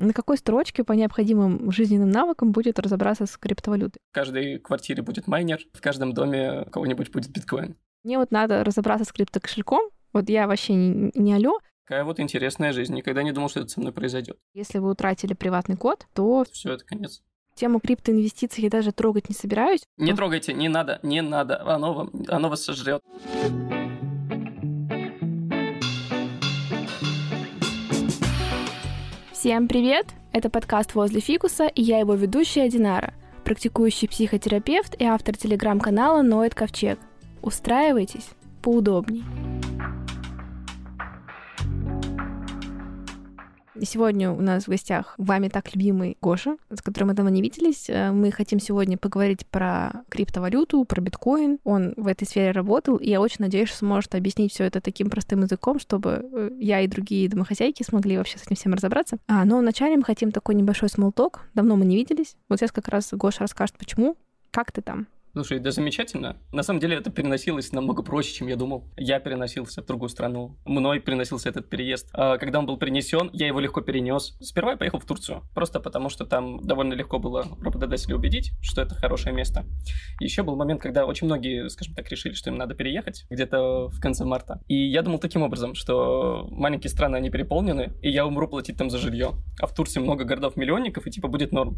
На какой строчке по необходимым жизненным навыкам будет разобраться с криптовалютой? В каждой квартире будет майнер, в каждом доме у кого-нибудь будет биткоин. Мне вот надо разобраться с криптокошельком. Вот я вообще не алё. Такая вот интересная жизнь. Никогда не думал, что это со мной произойдет. Если вы утратили приватный код, то... Все, это конец. Тему криптоинвестиций я даже трогать не собираюсь. Не трогайте, не надо. Оно вас сожрет. Всем привет! Это подкаст «Возле фикуса», и я его ведущая Динара, практикующий психотерапевт и автор телеграм-канала «Ноет Ковчег». Устраивайтесь поудобней. И сегодня у нас в гостях вами так любимый Гоша, с которым мы давно не виделись. Мы хотим сегодня поговорить про криптовалюту, про биткоин. Он в этой сфере работал, и я очень надеюсь, что сможет объяснить все это таким простым языком, чтобы я и другие домохозяйки смогли вообще с этим всем разобраться. Но вначале мы хотим такой небольшой смолток. Давно мы не виделись. Вот сейчас как раз Гоша расскажет, почему. Как ты там? Слушай, да замечательно. На самом деле это переносилось намного проще, чем я думал. Я переносился в другую страну. Мной переносился этот переезд. Когда он был перенесен, я его легко перенес. Сперва я поехал в Турцию. Просто потому, что там довольно легко было работодателя убедить, что это хорошее место. Еще был момент, когда очень многие, скажем так, решили, что им надо переехать где-то в конце марта. И я думал таким образом, что маленькие страны, они переполнены, и я умру платить там за жилье. А в Турции много городов-миллионников, и типа будет норм.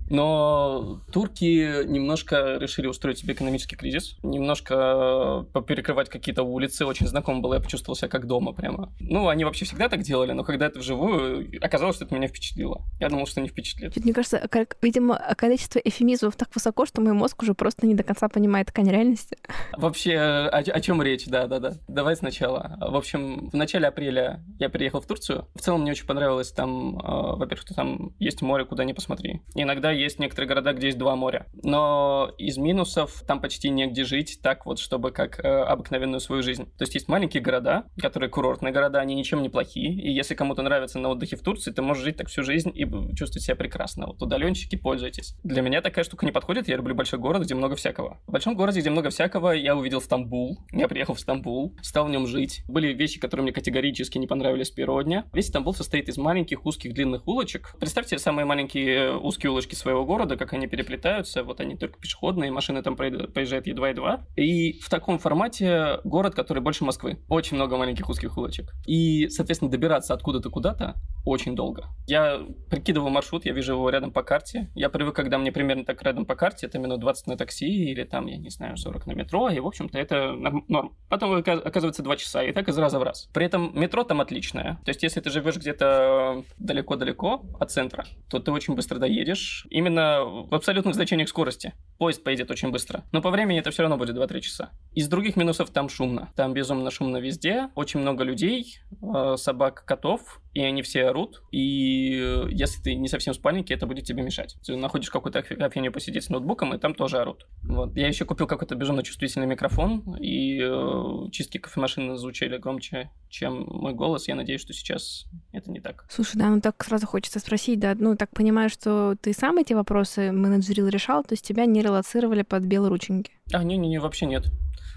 Но турки немножко решили устроить себе экономический кризис, немножко поперекрывать какие-то улицы, очень знакомо было, я почувствовал себя как дома прямо. Ну, они вообще всегда так делали, но когда это вживую, оказалось, что это меня впечатлило. Я думал, что не впечатлит. Мне кажется, видимо, количество эвфемизмов так высоко, что мой мозг уже просто не до конца понимает ткань реальности. Вообще, о чем речь? Да. Давай сначала. В общем, в начале апреля я переехал в Турцию. В целом мне очень понравилось там, во-первых, там есть море, куда ни посмотри. Иногда есть некоторые города, где есть два моря. Но из минусов там почти негде жить так вот, чтобы как обыкновенную свою жизнь. То есть есть маленькие города, которые курортные города, они ничем не плохие. И если кому-то нравится на отдыхе в Турции, ты можешь жить так всю жизнь и чувствовать себя прекрасно. Вот удаленщики, пользуйтесь. Для меня такая штука не подходит. Я люблю большой город, где много всякого. В большом городе, где много всякого, я увидел Стамбул. Я приехал в Стамбул, стал в нем жить. Были вещи, которые мне категорически не понравились с первого дня. Весь Стамбул состоит из маленьких, узких, длинных улочек. Представьте самые маленькие узкие улочки своего города, как они переплетаются. Вот они только пешеходные, машины там проезжают едва-едва. И в таком формате город, который больше Москвы. Очень много маленьких узких улочек. И, соответственно, добираться откуда-то куда-то очень долго. Я прикидывал маршрут, я вижу его рядом по карте. Я привык, когда мне примерно так рядом по карте, это минут 20 на такси или там, я не знаю, 40 на метро, и, в общем-то, это норм. Потом оказывается 2 часа, и так из раза в раз. При этом метро там отличное. То есть, если ты живешь где-то далеко-далеко от центра, то ты очень быстро доедешь. Именно в абсолютных значениях скорости. Поезд поедет очень быстро. Но по времени это все равно будет 2-3 часа. Из других минусов там шумно. Там безумно шумно везде. Очень много людей, собак, котов. И они все орут. И если ты не совсем в спальнике, это будет тебе мешать. Ты находишь какую-то кофейню посидеть с ноутбуком, и там тоже орут. Вот. Я еще купил какой-то безумно чувствительный микрофон. И чистки кофемашины звучали громче, чем мой голос. Я надеюсь, что сейчас это не так. Слушай, да, так сразу хочется спросить, да, так понимаю, что ты сам эти вопросы менеджерил, решал, то есть тебя не релацировали под белорученьки? Не, вообще нет.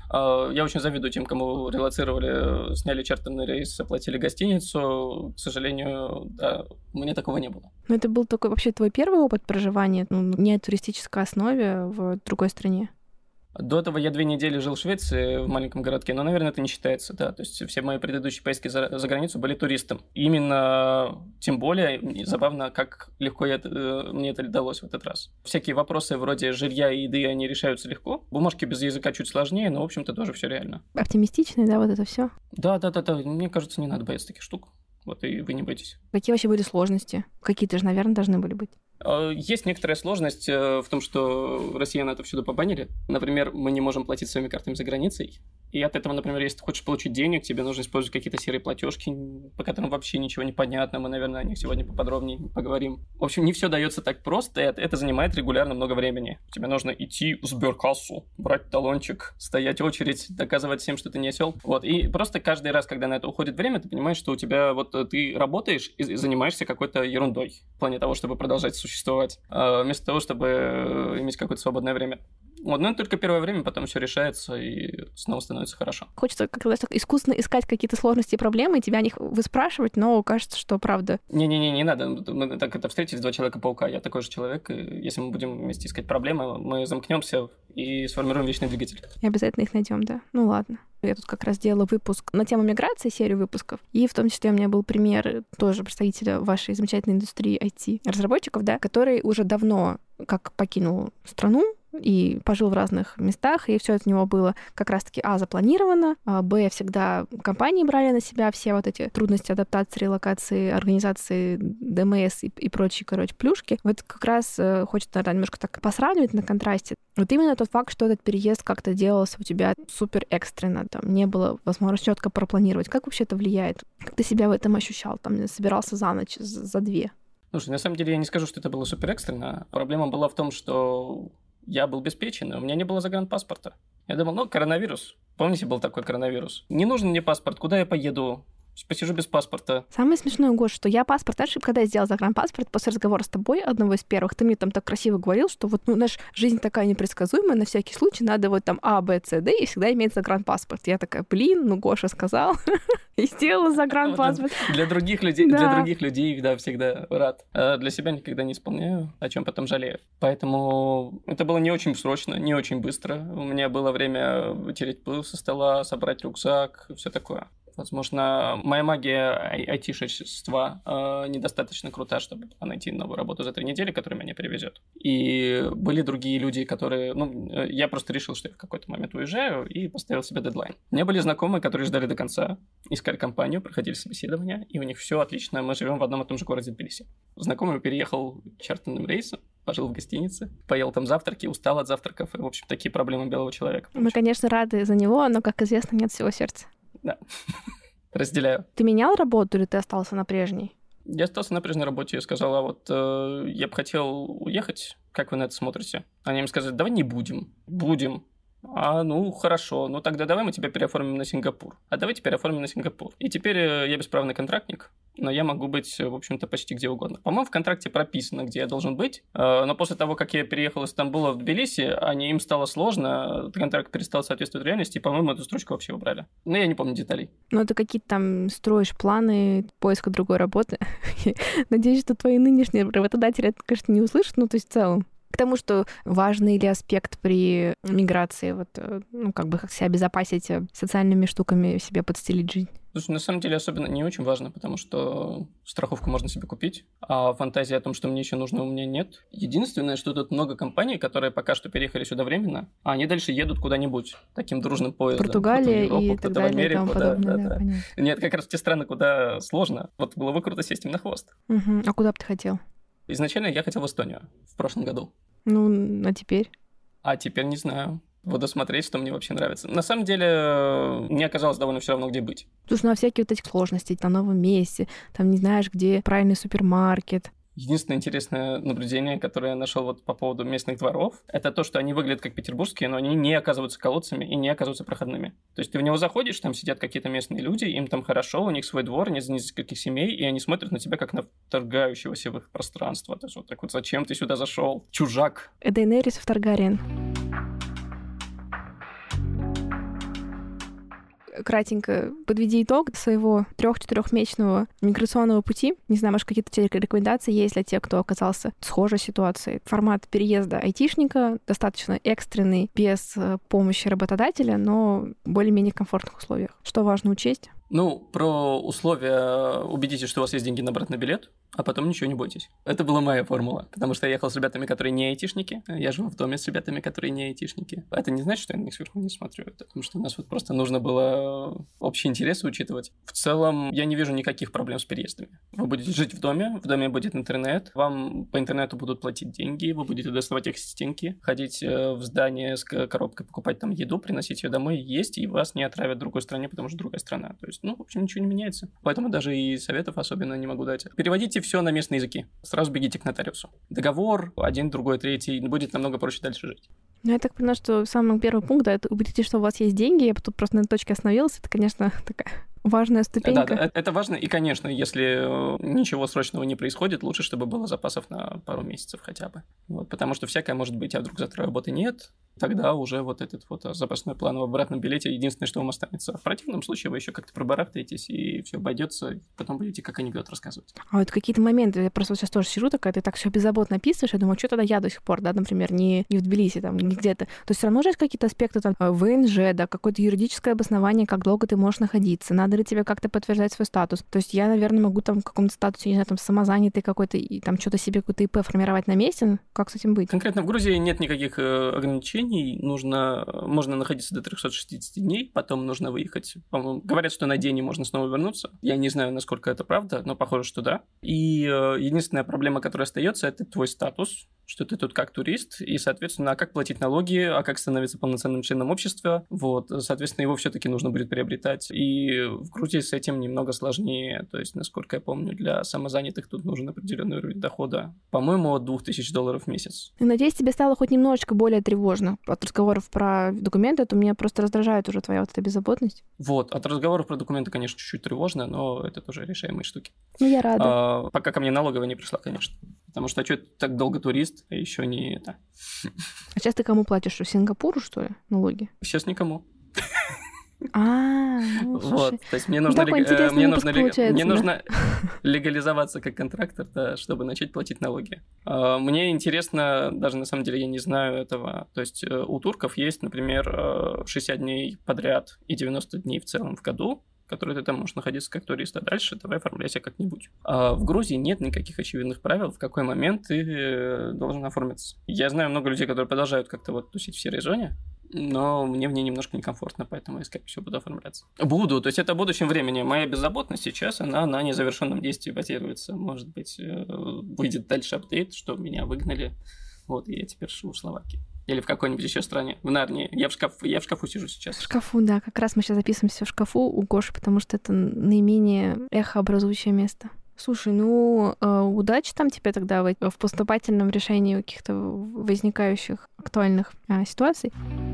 Я очень завидую тем, кому релацировали, сняли чартерный рейс, оплатили гостиницу. К сожалению, да, мне такого не было. Но это был такой вообще твой первый опыт проживания, не на туристической основе в другой стране? До этого я 2 недели жил в Швеции, в маленьком городке, но, наверное, это не считается, да. То есть все мои предыдущие поездки за границу были туристом. Именно, тем более, забавно, как легко мне это удалось в этот раз. Всякие вопросы вроде жилья и еды, они решаются легко. Бумажки без языка чуть сложнее, но, в общем-то, тоже все реально. Оптимистичный, да, вот это все? Да. Мне кажется, не надо бояться таких штук. Вот и вы не бойтесь. Какие вообще были сложности? Какие-то же, наверное, должны были быть. Есть некоторая сложность в том, что россияне это всюду побанили. Например, мы не можем платить своими картами за границей. И от этого, например, если ты хочешь получить денег, тебе нужно использовать какие-то серые платежки, по которым вообще ничего не понятно. Мы, наверное, о них сегодня поподробнее поговорим. В общем, не все дается так просто, и это занимает регулярно много времени. Тебе нужно идти в сберкассу, брать талончик, стоять в очередь, доказывать всем, что ты не осел. Вот. И просто каждый раз, когда на это уходит время, ты понимаешь, что у тебя ты работаешь и занимаешься какой-то ерундой в плане того, чтобы продолжать существовать, вместо того, чтобы иметь какое-то свободное время. Вот, но это только первое время, потом все решается и снова становится хорошо. Хочется как-то искусственно искать какие-то сложности и проблемы, и тебя о них выспрашивать, но кажется, что правда. Не надо. Мы так это встретились, два Человека-паука. Я такой же человек, и если мы будем вместе искать проблемы, мы замкнемся и сформируем вечный двигатель. И обязательно их найдем, да. Ну ладно. Я тут как раз делала выпуск на тему миграции, серию выпусков, и в том числе у меня был пример тоже представителя вашей замечательной индустрии IT-разработчиков, да, который уже давно как покинул страну, и пожил в разных местах, и все это у него было как раз-таки, запланировано, всегда компании брали на себя все вот эти трудности адаптации, релокации, организации ДМС и прочие, плюшки. Вот как раз хочется, наверное, немножко так посравнивать на контрасте. Вот именно тот факт, что этот переезд как-то делался у тебя супер экстренно, там не было возможности четко пропланировать. Как вообще это влияет? Как ты себя в этом ощущал? Там собирался за ночь, за две? Слушай, на самом деле я не скажу, что это было супер экстренно. Проблема была в том, что я был обеспечен, у меня не было загранпаспорта. Я думал, коронавирус. Помните, был такой коронавирус? Не нужен мне паспорт, куда я поеду? Посижу без паспорта. Самое смешное, Гош, что я паспорт, знаешь, когда я сделала загранпаспорт, после разговора с тобой, одного из первых, ты мне там так красиво говорил, что вот, наша жизнь такая непредсказуемая, на всякий случай надо вот там А, Б, С, Д, и всегда иметь загранпаспорт. Я такая, Гоша сказал, и сделала загранпаспорт. Для других людей, да, всегда рад. Для себя никогда не исполняю, о чем потом жалею. Поэтому это было не очень срочно, не очень быстро. У меня было время вытереть пыл со стола, собрать рюкзак, все такое. Возможно, моя магия айтишечества недостаточно крута, чтобы найти новую работу за 3 недели, которая меня перевезет. И были другие люди, которые... я просто решил, что я в какой-то момент уезжаю, и поставил себе дедлайн. У меня были знакомые, которые ждали до конца, искали компанию, проходили собеседования, и у них все отлично. Мы живем в одном и том же городе Тбилиси. Знакомый переехал чартерным рейсом, пожил в гостинице, поел там завтраки, устал от завтраков, и, в общем, такие проблемы белого человека. Мы, конечно, рады за него, но, как известно, нет всего сердца. Да, разделяю. Ты менял работу или ты остался на прежней? Я остался на прежней работе и сказал, я бы хотел уехать, как вы на это смотрите? Они им сказали, давай не будем. Будем. Хорошо, тогда давай мы тебя переоформим на Сингапур. Давайте переоформим на Сингапур. И теперь я бесправный контрактник, но я могу быть, в общем-то, почти где угодно. По-моему, в контракте прописано, где я должен быть, но после того, как я переехал из Стамбула в Тбилиси, им стало сложно, контракт перестал соответствовать реальности, и, по-моему, эту строчку вообще убрали. Но я не помню деталей. Ты какие-то там строишь планы поиска другой работы. Надеюсь, что твои нынешние работодатели это, конечно, не услышат, то есть в целом. К тому, что важный ли аспект при миграции, как себя обезопасить социальными штуками, себе подстелить жизнь? Слушай, на самом деле особенно не очень важно, потому что страховку можно себе купить, а фантазии о том, что мне еще нужно, у меня нет. Единственное, что тут много компаний, которые пока что переехали сюда временно, а они дальше едут куда-нибудь таким дружным поездом. Португалия Европу, и так далее, Америку, и тому подобное. Да. Нет, как раз те страны, куда сложно. Было бы круто сесть им на хвост. Угу. А куда бы ты хотел? Изначально я хотел в Эстонию в прошлом году. А теперь? А теперь не знаю. Буду смотреть, что мне вообще нравится. На самом деле, мне оказалось довольно все равно, где быть. Слушай, всякие вот эти сложности, на новом месте, там не знаешь, где правильный супермаркет. Единственное интересное наблюдение, которое я нашел по поводу местных дворов, это то, что они выглядят как петербургские, но они не оказываются колодцами и не оказываются проходными. То есть ты в него заходишь, там сидят какие-то местные люди, им там хорошо, у них свой двор, они из нескольких семей, и они смотрят на тебя как на вторгающегося в их пространство. То есть вот так вот, зачем ты сюда зашел? Чужак. Дейенерис Таргариен. Кратенько подведи итог своего 3-4-месячного миграционного пути. Не знаю, может, какие-то рекомендации есть для тех, кто оказался в схожей ситуации. Формат переезда айтишника достаточно экстренный, без помощи работодателя, но в более-менее комфортных условиях. Что важно учесть? Про условия убедитесь, что у вас есть деньги на обратный билет, а потом ничего не бойтесь. Это была моя формула, потому что я ехал с ребятами, которые не айтишники, я живу в доме с ребятами, которые не айтишники. Это не значит, что я на них сверху не смотрю, потому что у нас просто нужно было общие интересы учитывать. В целом, я не вижу никаких проблем с переездами. Вы будете жить в доме будет интернет, вам по интернету будут платить деньги, вы будете доставать их из стенки, ходить в здание с коробкой, покупать там еду, приносить ее домой, есть, и вас не отравят в другой стране, потому что другая страна. То есть, в общем, ничего не меняется. Поэтому даже и советов особенно не могу дать. Переводите все на местные языки. Сразу бегите к нотариусу. Договор, один, другой, третий, будет намного проще дальше жить. Я так понимаю, что самый первый пункт, это убедитесь, что у вас есть деньги. Я тут просто на этой точке остановилась. Это, конечно, такая важная ступенька. Да, это важно. И, конечно, если ничего срочного не происходит, лучше, чтобы было запасов на пару месяцев хотя бы. Потому что всякое может быть, а вдруг завтра работы нет, тогда уже вот этот вот запасной план в обратном билете единственное, что вам останется. В противном случае вы еще как-то пробарахтаетесь, и все обойдется, потом будете как анекдот рассказывать. А вот какие-то моменты, я просто вот сейчас тоже сижу такая, ты так все беззаботно описываешь, я думаю, что тогда я до сих пор, да, например, не в Тбилиси, там, не где-то. То есть все равно же есть какие-то аспекты там ВНЖ, да, какое-то юридическое обоснование, как долго ты можешь находиться, надо ли тебе как-то подтверждать свой статус. То есть я, наверное, могу там в каком-то статусе, не знаю, там самозанятый какой-то, и там что-то себе какой-то ИП формировать на месте. Как с этим быть? Конкретно в Грузии нет никаких ограничений. Можно находиться до 360 дней, потом нужно выехать. По-моему, говорят, что на день можно снова вернуться. Я не знаю, насколько это правда, но похоже, что да. И единственная проблема, которая остается, это твой статус, что ты тут как турист, и, соответственно, как платить налоги, как становиться полноценным членом общества. Вот, соответственно, его все-таки нужно будет приобретать. И в Грузии с этим немного сложнее. То есть, насколько я помню, для самозанятых тут нужен определенный уровень дохода. По-моему, от $2000 в месяц. Надеюсь, тебе стало хоть немножечко более тревожно от разговоров про документы, то меня просто раздражает уже твоя вот эта беззаботность. Вот, от разговоров про документы, конечно, чуть-чуть тревожно, но это тоже решаемые штуки. Ну, я рада. Пока ко мне налоговая не пришла, конечно. Потому что что так долго турист, а еще не это. А сейчас ты кому платишь? Что, Сингапуру, что ли, налоги? Сейчас никому. Ну, вот, то есть мне нужно легализоваться как контрактор, да, чтобы начать платить налоги. Мне интересно, даже на самом деле я не знаю этого, то есть у турков есть, например, 60 дней подряд и 90 дней в целом в году, которые ты там можешь находиться как турист, а дальше давай оформляйся как-нибудь. А в Грузии нет никаких очевидных правил, в какой момент ты должен оформиться. Я знаю много людей, которые продолжают как-то вот тусить в серой зоне, но мне в ней немножко некомфортно, поэтому я, скорее всего, буду оформляться. Буду, то есть это в будущем времени. Моя беззаботность сейчас, она на незавершенном действии базируется. Может быть, выйдет дальше апдейт, что меня выгнали, вот, и я теперь живу в Словакии. Или в какой-нибудь еще стране, в Нарнии. Я в шкафу сижу сейчас. В шкафу, да. Как раз мы сейчас записываемся в шкафу у Гоши, потому что это наименее эхообразующее место. Слушай, удачи там тебе тогда в поступательном решении каких-то возникающих актуальных ситуаций.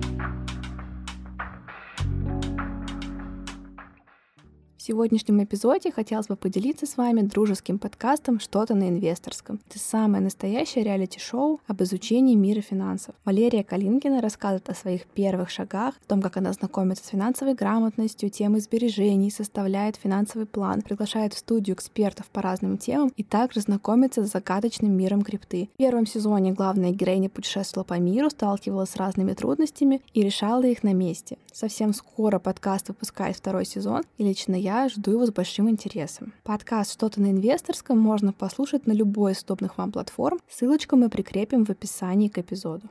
В сегодняшнем эпизоде хотелось бы поделиться с вами дружеским подкастом «Что-то на инвесторском». Это самое настоящее реалити-шоу об изучении мира финансов. Валерия Калинкина рассказывает о своих первых шагах, о том, как она знакомится с финансовой грамотностью, темой сбережений, составляет финансовый план, приглашает в студию экспертов по разным темам и также знакомится с загадочным миром крипты. В первом сезоне главная героиня путешествовала по миру, сталкивалась с разными трудностями и решала их на месте. Совсем скоро подкаст выпускает второй сезон, и лично я жду его с большим интересом. Подкаст «Что-то на инвесторском» можно послушать на любой из удобных вам платформ. Ссылочку мы прикрепим в описании к эпизоду.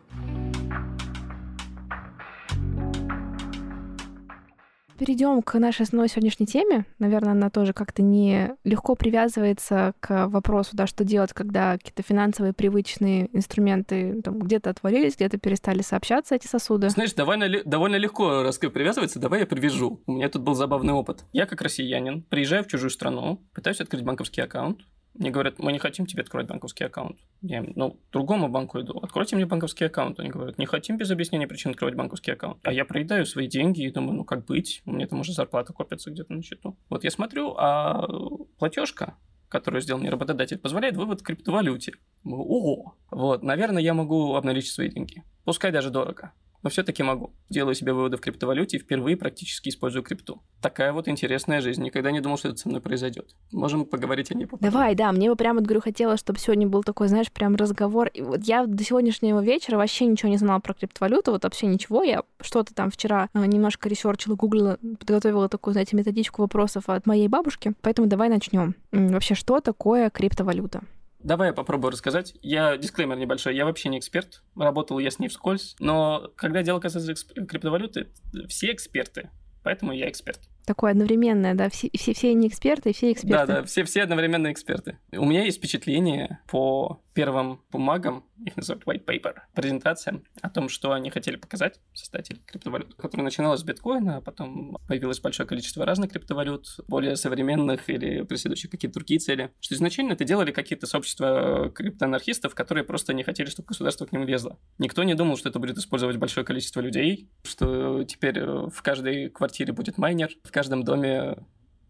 Перейдем к нашей основной сегодняшней теме. Наверное, она тоже как-то не легко привязывается к вопросу, да, что делать, когда какие-то финансовые привычные инструменты там, где-то отвалились, где-то перестали сообщаться эти сосуды. Знаешь, довольно легко привязывается. Давай я привяжу. У меня тут был забавный опыт. Я как россиянин приезжаю в чужую страну, пытаюсь открыть банковский аккаунт. Мне говорят, мы не хотим тебе открывать банковский аккаунт. Я другому банку иду. Откройте мне банковский аккаунт. Они говорят, не хотим без объяснения причин открывать банковский аккаунт. А я проедаю свои деньги и думаю, как быть? У меня там уже зарплата копится где-то на счету. Вот я смотрю, а платежка, которую сделал мне работодатель, позволяет вывод в криптовалюте. Ого! Вот, наверное, я могу обналичить свои деньги. Пускай даже дорого. Но все-таки могу. Делаю себе выводы в криптовалюте и впервые практически использую крипту. Такая вот интересная жизнь. Никогда не думал, что это со мной произойдет. Можем поговорить о ней попозже. Давай, да. Мне бы прямо, говорю, хотелось, чтобы сегодня был такой, знаешь, прям разговор. И вот я до сегодняшнего вечера вообще ничего не знала про криптовалюту, вот вообще ничего. Я что-то там вчера немножко ресерчила, гуглила, подготовила такую, знаете, методичку вопросов от моей бабушки. Поэтому давай начнем. Вообще, что такое криптовалюта? Давай я попробую рассказать. Дисклеймер небольшой, я вообще не эксперт, работал я с ней вскользь, но когда дело касается криптовалюты, все эксперты, поэтому я эксперт. Такое одновременное, да, все не эксперты, и все эксперты. Да, все одновременно эксперты. У меня есть впечатление по первым бумагам, их называют white paper, презентациям о том, что они хотели показать, создатели криптовалют, которая начиналась с биткоина, а потом появилось большое количество разных криптовалют, более современных или преследующих какие-то другие цели. Что изначально это делали какие-то сообщества криптоанархистов, которые просто не хотели, чтобы государство к ним лезло. Никто не думал, что это будет использовать большое количество людей, что теперь в каждой квартире будет майнер, в каждом доме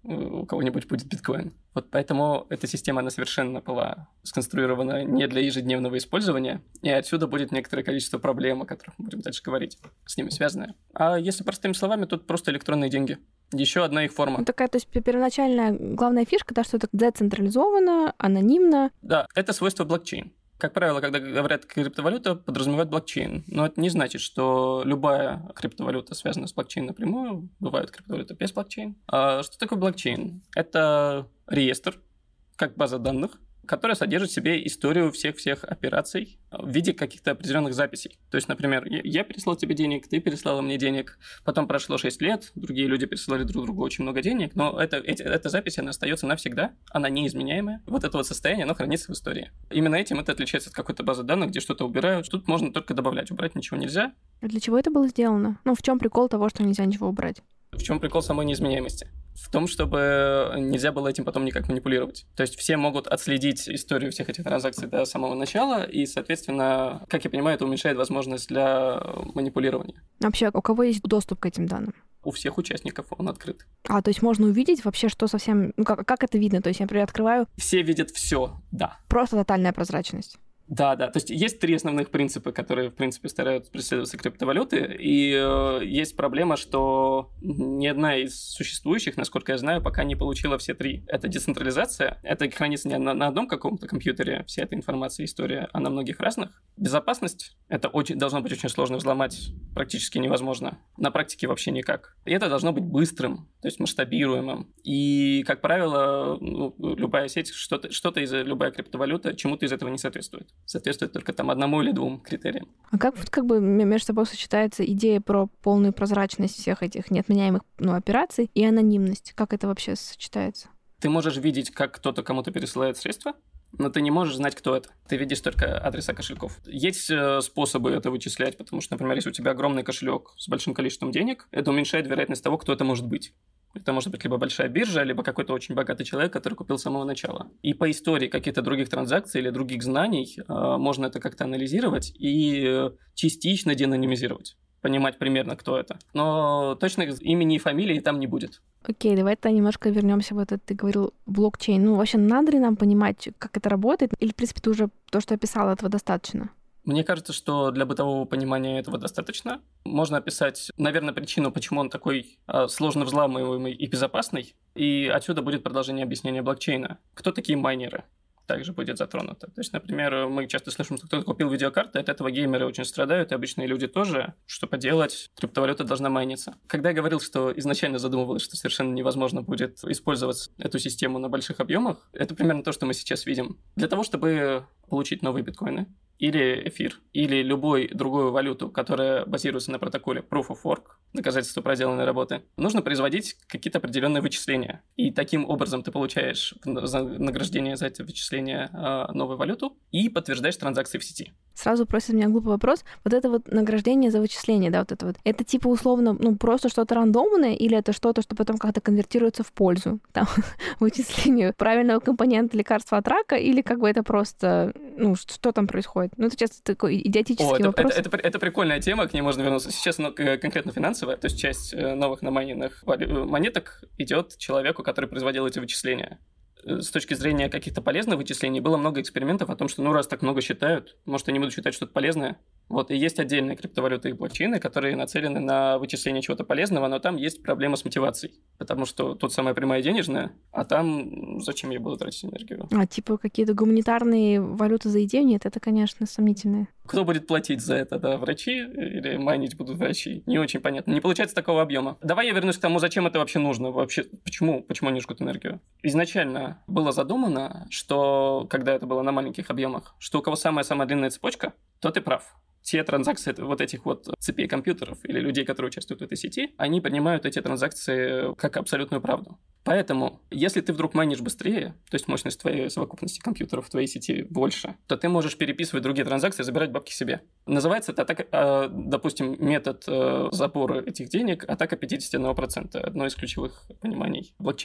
у кого-нибудь будет биткоин. Вот поэтому эта система, она совершенно была сконструирована не для ежедневного использования, и отсюда будет некоторое количество проблем, о которых мы будем дальше говорить, с ними связанные. А если простыми словами, тут просто электронные деньги. Еще одна их форма. Такая, то есть первоначальная главная фишка, да, что это децентрализовано, анонимно. Да, это свойство блокчейн. Как правило, когда говорят криптовалюта, подразумевают блокчейн. Но это не значит, что любая криптовалюта связана с блокчейн напрямую. Бывают криптовалюты без блокчейн. А что такое блокчейн? Это реестр, как база данных, которая содержит в себе историю всех операций в виде каких-то определенных записей. То есть, например, я переслал тебе денег, ты переслала мне денег, потом прошло 6 лет, другие люди пересылали друг другу очень много денег, но эта запись, она остается навсегда, она неизменяемая. Вот это вот состояние, оно хранится в истории. Именно этим это отличается от какой-то базы данных, где что-то убирают. Тут можно только добавлять, убрать ничего нельзя. А для чего это было сделано? Ну, в чем прикол того, что нельзя ничего убрать? В чем прикол самой неизменяемости? В том, чтобы нельзя было этим потом никак манипулировать. То есть все могут отследить историю всех этих транзакций до самого начала, и, соответственно, как я понимаю, это уменьшает возможность для манипулирования. Вообще, у кого есть доступ к этим данным? У всех участников он открыт. То есть можно увидеть вообще, что совсем... Ну, как это видно? То есть я, например, открываю... Все видят все, да. Просто тотальная прозрачность. Да. То есть есть 3 основных принципа, которые, в принципе, стараются преследоваться криптовалюты, и есть проблема, что ни одна из существующих, насколько я знаю, пока не получила все 3. Это децентрализация, это хранится не на одном каком-то компьютере, вся эта информация, история, а на многих разных. Безопасность, это должно быть очень сложно взломать, практически невозможно. На практике вообще никак. И это должно быть быстрым, то есть масштабируемым. И, как правило, любая сеть, что-то из любая криптовалюта чему-то из этого не соответствует. Соответствует только там 1 или 2 критериям. А как бы между собой сочетается идея про полную прозрачность всех этих неотменяемых операций и анонимность? Как это вообще сочетается? Ты можешь видеть, как кто-то кому-то пересылает средства, но ты не можешь знать, кто это. Ты видишь только адреса кошельков. Есть способы это вычислять, потому что, например, если у тебя огромный кошелек с большим количеством денег, это уменьшает вероятность того, кто это может быть. Это может быть либо большая биржа, либо какой-то очень богатый человек, который купил с самого начала. И по истории каких-то других транзакций или других знаний можно это как-то анализировать и частично деанонимизировать. Понимать примерно, кто это. Но точно имени и фамилии там не будет. Окей, давай тогда немножко вернемся вот это, ты говорил, блокчейн. Ну, вообще, надо ли нам понимать, как это работает? Или, в принципе, ты уже то, что описала, этого достаточно? Мне кажется, что для бытового понимания этого достаточно. Можно описать, наверное, причину, почему он такой сложно взламываемый и безопасный. И отсюда будет продолжение объяснения блокчейна. Кто такие майнеры? Также будет затронуто. То есть, например, мы часто слышим, что кто-то купил видеокарты, от этого геймеры очень страдают, и обычные люди тоже. Что поделать? Криптовалюта должна майниться. Когда я говорил, что изначально задумывалось, что совершенно невозможно будет использовать эту систему на больших объемах, это примерно то, что мы сейчас видим. Для того, чтобы получить новые биткоины, или эфир, или любой другую валюту, которая базируется на протоколе Proof of Work, доказательство проделанной работы, нужно производить какие-то определенные вычисления. И таким образом ты получаешь награждение за это вычисление новую валюту и подтверждаешь транзакции в сети. Сразу просит меня глупый вопрос. Вот это вот награждение за вычисление, да, вот это вот. Это типа условно, просто что-то рандомное, или это что-то, что потом как-то конвертируется в пользу? Там, вычислению правильного компонента лекарства от рака, или как бы это просто, что там происходит? Это часто такой идиотический вопрос. Это прикольная тема, к ней можно вернуться. Сейчас конкретно финансовая, то есть часть новых намайненных монеток идет человеку, который производил эти вычисления. С точки зрения каких-то полезных вычислений было много экспериментов о том, что раз так много считают, может, они будут считать что-то полезное. И есть отдельные криптовалюты и блокчейны, которые нацелены на вычисление чего-то полезного, но там есть проблема с мотивацией, потому что тут самая прямая денежная, а там зачем я буду тратить энергию? Типа какие-то гуманитарные валюты за идею? Нет, это, конечно, сомнительное. Кто будет платить за это, да, врачи или майнить будут врачи? Не очень понятно. Не получается такого объема. Давай я вернусь к тому, зачем это вообще нужно, вообще, почему они жгут энергию. Изначально было задумано, что, когда это было на маленьких объемах, что у кого самая-самая длинная цепочка, тот и прав. Те транзакции этих цепей компьютеров или людей, которые участвуют в этой сети, они принимают эти транзакции как абсолютную правду. Поэтому, если ты вдруг майнишь быстрее, то есть мощность твоей совокупности компьютеров в твоей сети больше, то ты можешь переписывать другие транзакции и забирать бабки себе. Называется это, допустим, метод забора этих денег атака 51%, одно из ключевых пониманий блокчейн.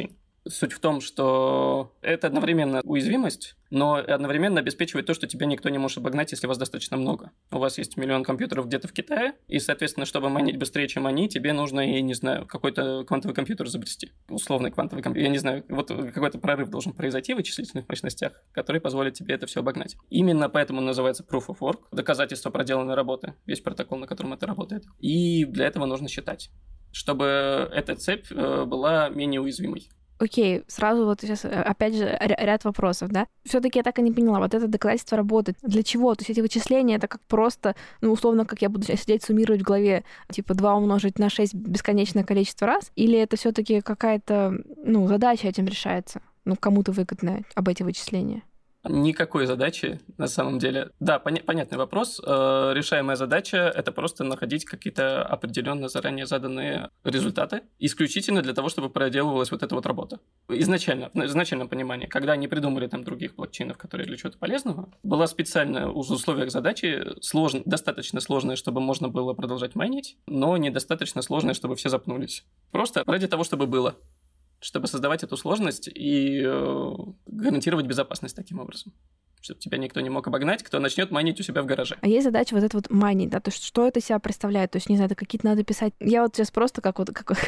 Суть в том, что это одновременно уязвимость, но одновременно обеспечивает то, что тебя никто не может обогнать, если вас достаточно много. У вас есть миллион компьютеров где-то в Китае, и, соответственно, чтобы майнить быстрее, чем они, тебе нужно, я не знаю, какой-то квантовый компьютер изобрести. Условный квантовый компьютер. Я не знаю, вот какой-то прорыв должен произойти в вычислительных мощностях, который позволит тебе это все обогнать. Именно поэтому называется Proof of Work, доказательство проделанной работы, весь протокол, на котором это работает. И для этого нужно считать, чтобы эта цепь была менее уязвимой. Окей, сразу вот сейчас опять же ряд вопросов, да? Все-таки я так и не поняла, вот это доказательство работает. Для чего? То есть эти вычисления, это как просто, условно, как я буду сидеть суммировать в голове, типа 2 умножить на 6 бесконечное количество раз? Или это все-таки какая-то, задача этим решается? Кому-то выгодная об эти вычисления? Никакой задачи, на самом деле. Да, понятный вопрос. Решаемая задача – это просто находить какие-то определенно заранее заданные результаты, исключительно для того, чтобы проделывалась вот эта вот работа. Изначально, в изначальном понимании, когда они придумали там других блокчейнов, которые для чего-то полезного, была специальная в условиях задачи достаточно сложная, чтобы можно было продолжать майнить, но недостаточно сложная, чтобы все запнулись. Просто ради того, чтобы было. Чтобы создавать эту сложность и гарантировать безопасность таким образом. Чтобы тебя никто не мог обогнать, кто начнет майнить у себя в гараже. А есть задача вот это вот майнить, да? То есть что это себя представляет? То есть, не знаю, это какие-то надо писать... Я вот сейчас просто как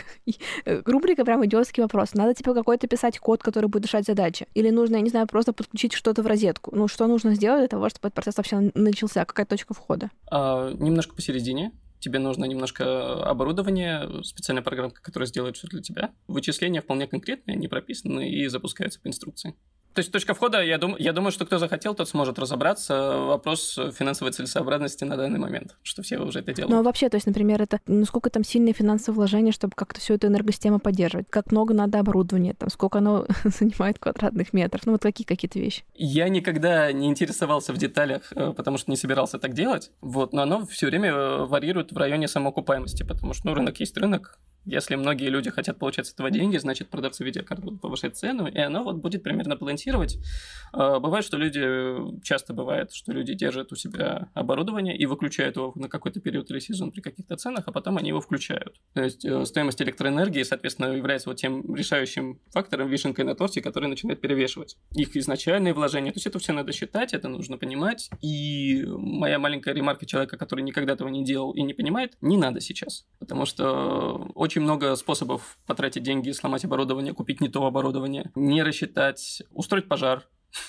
рубрика прям идиотский вопрос. Надо типа какой-то писать код, который будет решать задачи? Или нужно, я не знаю, просто подключить что-то в розетку? Что нужно сделать для того, чтобы этот процесс вообще начался? Какая точка входа? Немножко посередине. Тебе нужно немножко оборудования, специальная программка, которая сделает все для тебя. Вычисления вполне конкретные, они прописаны и запускаются по инструкции. То есть точка входа, я думаю, что кто захотел, тот сможет разобраться. Вопрос финансовой целесообразности на данный момент, что все уже это делают. Ну а вообще, то есть, например, это насколько там сильные финансовые вложения, чтобы как-то всю эту энергосистему поддерживать? Как много надо оборудования, там, сколько оно занимает квадратных метров? Вот какие-то вещи. Я никогда не интересовался в деталях, потому что не собирался так делать. Но оно все время варьирует в районе самоокупаемости, потому что рынок есть рынок. Если многие люди хотят получать с этого деньги, значит, продавцы видеокарт будут повышать цену, и оно будет примерно балансировать. Бывает, что часто бывает, что люди держат у себя оборудование и выключают его на какой-то период или сезон при каких-то ценах, а потом они его включают. То есть стоимость электроэнергии, соответственно, является тем решающим фактором, вишенкой на торте, который начинает перевешивать их изначальные вложения. То есть это все надо считать, это нужно понимать. И моя маленькая ремарка человека, который никогда этого не делал и не понимает, не надо сейчас. Потому что очень много способов потратить деньги, сломать оборудование, купить не то оборудование, не рассчитать, устроить пожар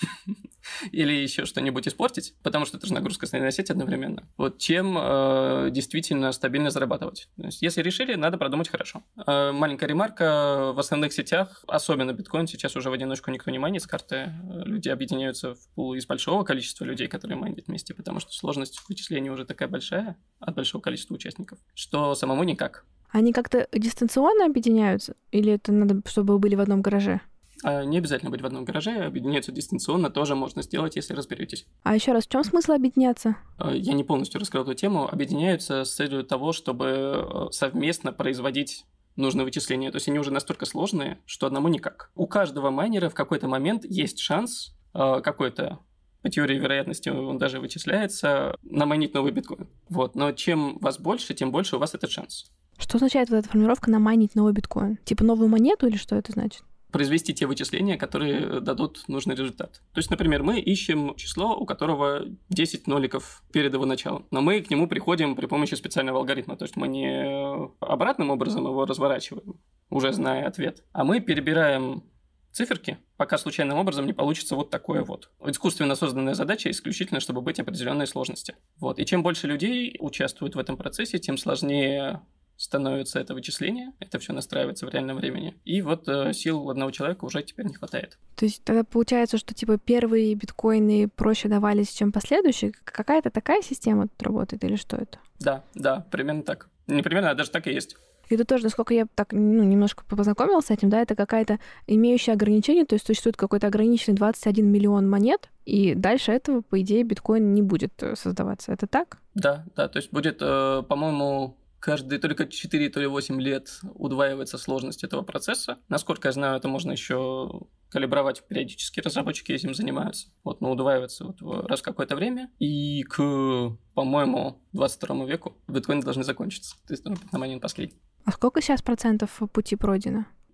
или еще что-нибудь испортить, потому что это же нагрузка на сеть одновременно. Чем действительно стабильно зарабатывать. То есть, если решили, надо продумать хорошо. Маленькая ремарка. В основных сетях, особенно биткоин, сейчас уже в одиночку никто не майнит с карты. Люди объединяются в пул из большого количества людей, которые майнят вместе, потому что сложность вычисления уже такая большая от большого количества участников, что самому никак. Они как-то дистанционно объединяются? Или это надо, чтобы были в одном гараже? Не обязательно быть в одном гараже, объединяться дистанционно тоже можно сделать, если разберетесь. А еще раз, в чем смысл объединяться? Я не полностью раскрыл эту тему. Объединяются с целью того, чтобы совместно производить нужные вычисления. То есть они уже настолько сложные, что одному никак. У каждого майнера в какой-то момент есть шанс какой-то, по теории вероятности он даже вычисляется, намайнить новый биткоин. Но чем вас больше, тем больше у вас этот шанс. Что означает вот эта формулировка «намайнить новый биткоин»? Типа новую монету или что это значит? Произвести те вычисления, которые дадут нужный результат. То есть, например, мы ищем число, у которого 10 ноликов перед его началом, но мы к нему приходим при помощи специального алгоритма. То есть мы не обратным образом его разворачиваем, уже зная ответ, а мы перебираем циферки, пока случайным образом не получится вот такое вот. Искусственно созданная задача исключительно, чтобы быть определенной сложности. И чем больше людей участвуют в этом процессе, тем сложнее становится это вычисление, это все настраивается в реальном времени. И сил одного человека уже теперь не хватает. То есть тогда получается, что первые биткоины проще давались, чем последующие? Какая-то такая система тут работает или что это? Да, примерно так. Не примерно, а даже так и есть. И это тоже, насколько я так немножко познакомилась с этим, да, это какая-то имеющая ограничение, то есть существует какой-то ограниченный 21 миллион монет, и дальше этого, по идее, биткоин не будет создаваться. Это так? Да, то есть будет, по-моему, каждые только 4 или 8 лет удваивается сложность этого процесса. Насколько я знаю, это можно еще калибровать периодически, разработчики этим занимаются. Но удваивается раз в какое-то время. И к, по-моему, 22 веку биткоины должны закончиться. То есть на момент последний. А сколько сейчас процентов пути пройдено?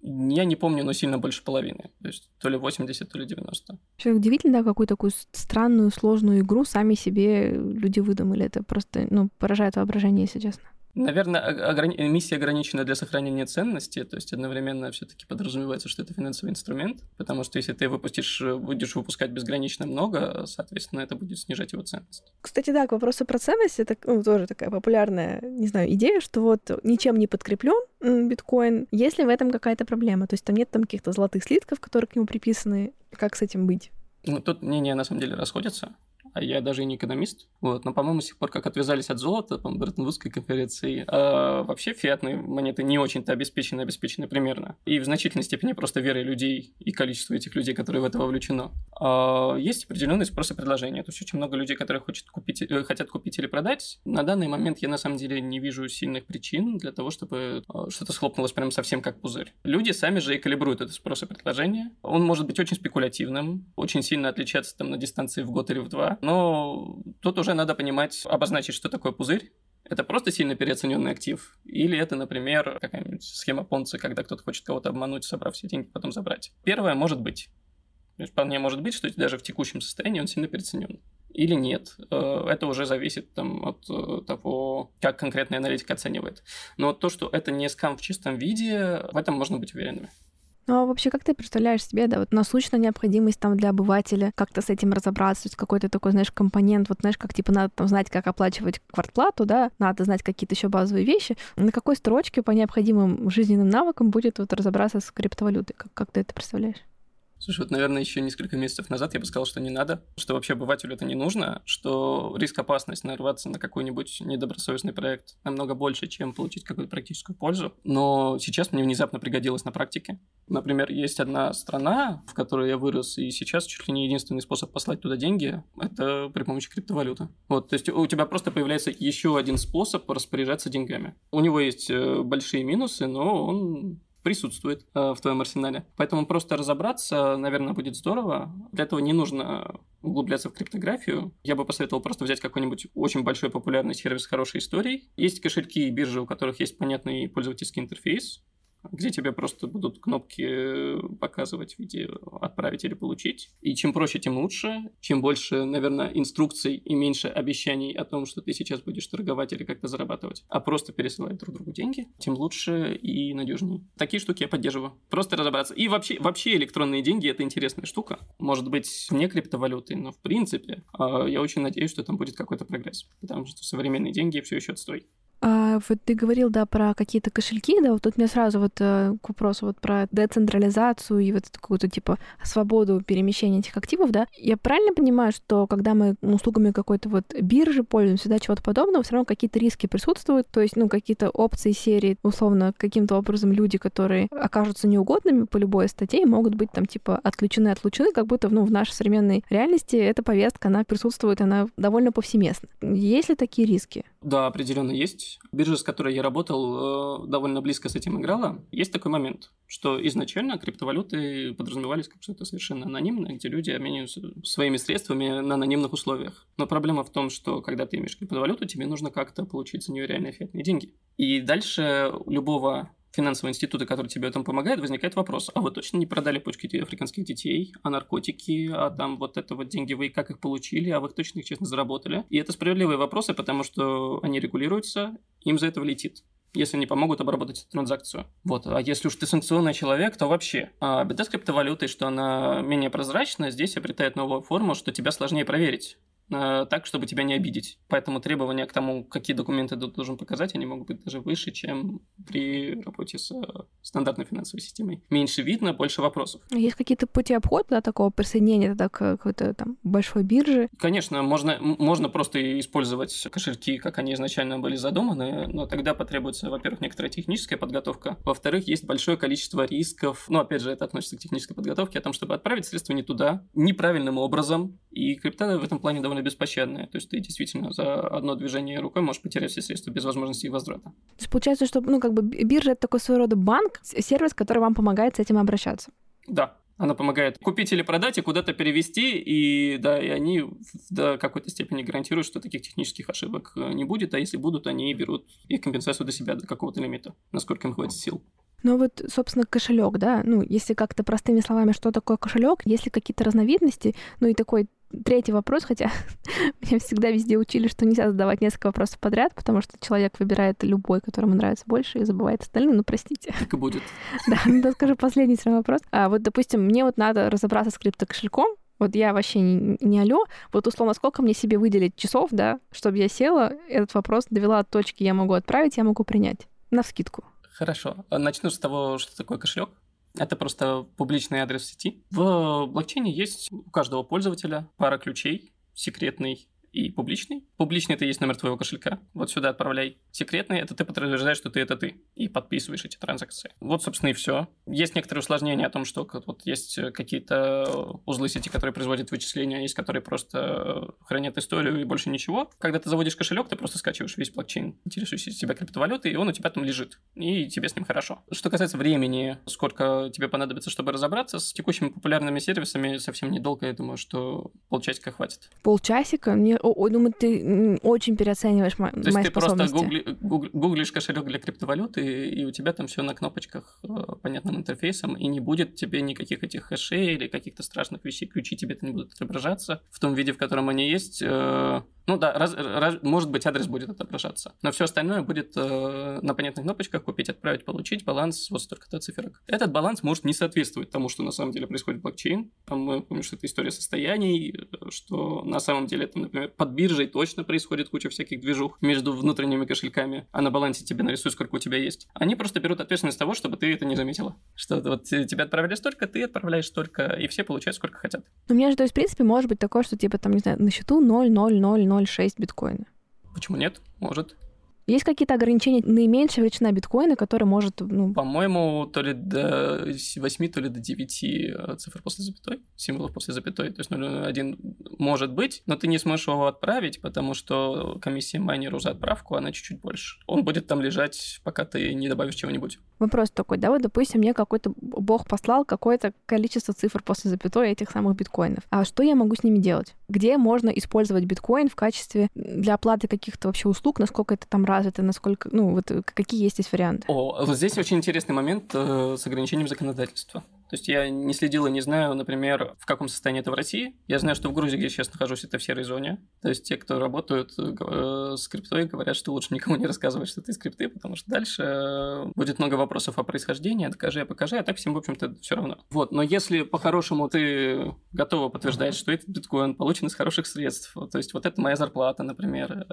Я не помню, но сильно больше половины. То есть то ли 80, то ли 90. Вообще удивительно, да, какую такую странную, сложную игру сами себе люди выдумали. Это просто, поражает воображение, если честно. Наверное, миссия ограничена для сохранения ценности, то есть одновременно все-таки подразумевается, что это финансовый инструмент, потому что если ты будешь выпускать безгранично много, соответственно, это будет снижать его ценность. Кстати, да, к вопросу про ценность, это тоже такая популярная, не знаю, идея, что вот ничем не подкреплен биткоин, если в этом какая-то проблема, то есть там нет каких-то золотых слитков, которые к нему приписаны, как с этим быть? Тут мнения на самом деле расходятся. А я даже и не экономист. Но, по-моему, с тех пор, как отвязались от золота, по Бреттон-Вудской конференции, вообще фиатные монеты не очень-то обеспечены примерно. И в значительной степени просто верой людей и количество этих людей, которые в это вовлечено. Есть определенный спрос и предложение. То есть очень много людей, которые хотят купить или продать. На данный момент я на самом деле не вижу сильных причин для того, чтобы что-то схлопнулось прям совсем как пузырь. Люди сами же и калибруют это спрос и предложение. Он может быть очень спекулятивным, очень сильно отличаться на дистанции в год или в два. Но тут уже надо обозначить, что такое пузырь. Это просто сильно переоцененный актив? Или это, например, какая-нибудь схема Понци, когда кто-то хочет кого-то обмануть, собрав все деньги, потом забрать? Первое может быть. Вполне может быть, что даже в текущем состоянии он сильно переоценен. Или нет. Это уже зависит от того, как конкретная аналитика оценивает. Но то, что это не скам в чистом виде, в этом можно быть уверенными. Ну, а вообще, как ты представляешь себе, да, вот насущная необходимость для обывателя как-то с этим разобраться, то есть какой-то такой, компонент, как, надо знать, как оплачивать квартплату, да, надо знать какие-то еще базовые вещи. На какой строчке по необходимым жизненным навыкам будет разобраться с криптовалютой? Как ты это представляешь? Слушай, наверное, еще несколько месяцев назад я бы сказал, что не надо, что вообще обывателю это не нужно, что риск-опасность нарваться на какой-нибудь недобросовестный проект намного больше, чем получить какую-то практическую пользу. Но сейчас мне внезапно пригодилось на практике. Например, есть одна страна, в которой я вырос, и сейчас чуть ли не единственный способ послать туда деньги – это при помощи криптовалюты. То есть у тебя просто появляется еще один способ распоряжаться деньгами. У него есть большие минусы, но он присутствует в твоем арсенале. Поэтому просто разобраться, наверное, будет здорово. Для этого не нужно углубляться в криптографию. Я бы посоветовал просто взять какой-нибудь очень большой популярный сервис с хорошей историей. Есть кошельки и биржи, у которых есть понятный пользовательский интерфейс, где тебе просто будут кнопки показывать в виде «отправить» или «получить». И чем проще, тем лучше. Чем больше, наверное, инструкций и меньше обещаний о том, что ты сейчас будешь торговать или как-то зарабатывать, а просто пересылать друг другу деньги, тем лучше и надежнее. Такие штуки я поддерживаю. Просто разобраться. И вообще электронные деньги – это интересная штука. Может быть, не криптовалюты, но в принципе я очень надеюсь, что там будет какой-то прогресс. Потому что современные деньги все еще отстой. Вот ты говорил, да, про какие-то кошельки, да, вот тут мне сразу к вопросу про децентрализацию и какую-то свободу перемещения этих активов, да. Я правильно понимаю, что когда мы услугами какой-то биржи пользуемся, да, чего-то подобного, все равно какие-то риски присутствуют, то есть, какие-то опции серии, условно, каким-то образом люди, которые окажутся неугодными по любой статье, могут быть отлучены, как будто, в нашей современной реальности эта повестка, она присутствует, она довольно повсеместна. Есть ли такие риски? Да, определенно есть. Биржа, с которой я работал, довольно близко с этим играла. Есть такой момент, что изначально криптовалюты подразумевались как что-то совершенно анонимное, где люди обмениваются своими средствами на анонимных условиях. Но проблема в том, что когда ты имеешь криптовалюту, тебе нужно как-то получить за нее реальные фиатные деньги. И дальше у любого финансового института, который тебе в этом помогает, возникает вопрос: а вы точно не продали почки африканских детей, а наркотики, а там деньги вы как их получили, а вы точно их честно заработали? И это справедливые вопросы, потому что они регулируются, им за это влетит, если они помогут обработать эту транзакцию. А если уж ты санкционный человек, то вообще. А беда с криптовалютой, что она менее прозрачна, здесь обретает новую форму, что тебя сложнее проверить так, чтобы тебя не обидеть. Поэтому требования к тому, какие документы ты должен показать, они могут быть даже выше, чем при работе с стандартной финансовой системой. Меньше видно, больше вопросов. Есть какие-то пути обхода, такого присоединения к какой-то большой бирже? Конечно, можно просто использовать кошельки, как они изначально были задуманы, но тогда потребуется, во-первых, некоторая техническая подготовка, во-вторых, есть большое количество рисков, опять же, это относится к технической подготовке, о том, чтобы отправить средства не туда, неправильным образом, и крипта в этом плане довольно беспощадная. То есть ты действительно за одно движение рукой можешь потерять все средства без возможности их возврата. То есть получается, что биржа — это такой своего рода банк, сервис, который вам помогает с этим обращаться. Да. Она помогает купить или продать и куда-то перевести, и они до какой-то степени гарантируют, что таких технических ошибок не будет, а если будут, они берут их компенсацию до себя, до какого-то лимита, насколько им хватит сил. Ну вот, собственно, кошелек, да, ну, если как-то простыми словами, что такое кошелек, есть ли какие-то разновидности, ну и такой третий вопрос, хотя меня всегда везде учили, что нельзя задавать несколько вопросов подряд, потому что человек выбирает любой, который ему нравится больше, и забывает остальные, ну, простите. Так и будет. Да, ну, скажу последний свой вопрос. Вот, допустим, мне вот надо разобраться с криптокошельком, вот я вообще не алё, вот условно, сколько мне себе выделить часов, да, чтобы я села, этот вопрос довела от точки «я могу отправить», «я могу принять», навскидку. Хорошо. Начну с того, что такое кошелек. Это просто публичный адрес сети. В блокчейне есть у каждого пользователя пара ключей, секретный и публичный. Публичный — это есть номер твоего кошелька. Вот сюда отправляй. Секретный — это ты подтверждаешь, что это ты, и подписываешь эти транзакции. Вот, собственно, и все. Есть некоторые усложнения о том, что вот есть какие-то узлы сети, которые производят вычисления, есть которые просто хранят историю и больше ничего. Когда ты заводишь кошелек, ты просто скачиваешь весь блокчейн, интересуешься себя криптовалютой, и он у тебя там лежит. И тебе с ним хорошо. Что касается времени, сколько тебе понадобится, чтобы разобраться, с текущими популярными сервисами совсем недолго, я думаю, что полчасика хватит. Полчасика? Думаю, ты очень переоцениваешь мои способности. То есть ты просто гуглишь кошелек для криптовалюты, и у тебя там все на кнопочках понятным интерфейсом, и не будет тебе никаких этих хэшей или каких-то страшных вещей, ключи тебе не будут отображаться в том виде, в котором они есть. Ну да, может быть, адрес будет отображаться, но все остальное будет на понятных кнопочках: купить, отправить, получить, баланс, вот столько-то циферок. Этот баланс может не соответствовать тому, что на самом деле происходит в блокчейн. Там мы помним, что это история состояний, что на самом деле, там, например, под биржей точно происходит куча всяких движух между внутренними кошельками, а на балансе тебе нарисуют, сколько у тебя есть. Они просто берут ответственность того, чтобы ты это не заметила. Что вот тебе отправили столько, ты отправляешь столько, и все получают сколько хотят. Ну, у меня же, то есть, в принципе, может быть такое, что, типа, там, не знаю, на счету 0,0006 биткоина. Почему нет? Может. Есть какие-то ограничения, наименьшая величина биткоина, которая может, ну... По-моему, то ли до 8, то ли до 9 цифр после запятой, символов после запятой. То есть 0,1 может быть, но ты не сможешь его отправить, потому что комиссия майнеру за отправку, она чуть-чуть больше. Он будет там лежать, пока ты не добавишь чего-нибудь. Вопрос такой, да, вот, допустим, мне какой-то бог послал какое-то количество цифр после запятой этих самых биткоинов. А что я могу с ними делать? Где можно использовать биткоин в качестве для оплаты каких-то вообще услуг, насколько это там развито, насколько, ну, вот какие есть здесь варианты? Вот здесь очень интересный момент с ограничением законодательства. То есть я не следил и не знаю, например, в каком состоянии это в России. Я знаю, что в Грузии, где я сейчас нахожусь, это в серой зоне. То есть те, кто работают с криптой, говорят, что лучше никому не рассказывать, что ты из крипты, потому что дальше будет много вопросов о происхождении, докажи, покажи, а так всем, в общем-то, все равно. Вот, но если по-хорошему ты готова подтверждать, что этот биткоин получен из хороших средств, то есть вот это моя зарплата, например,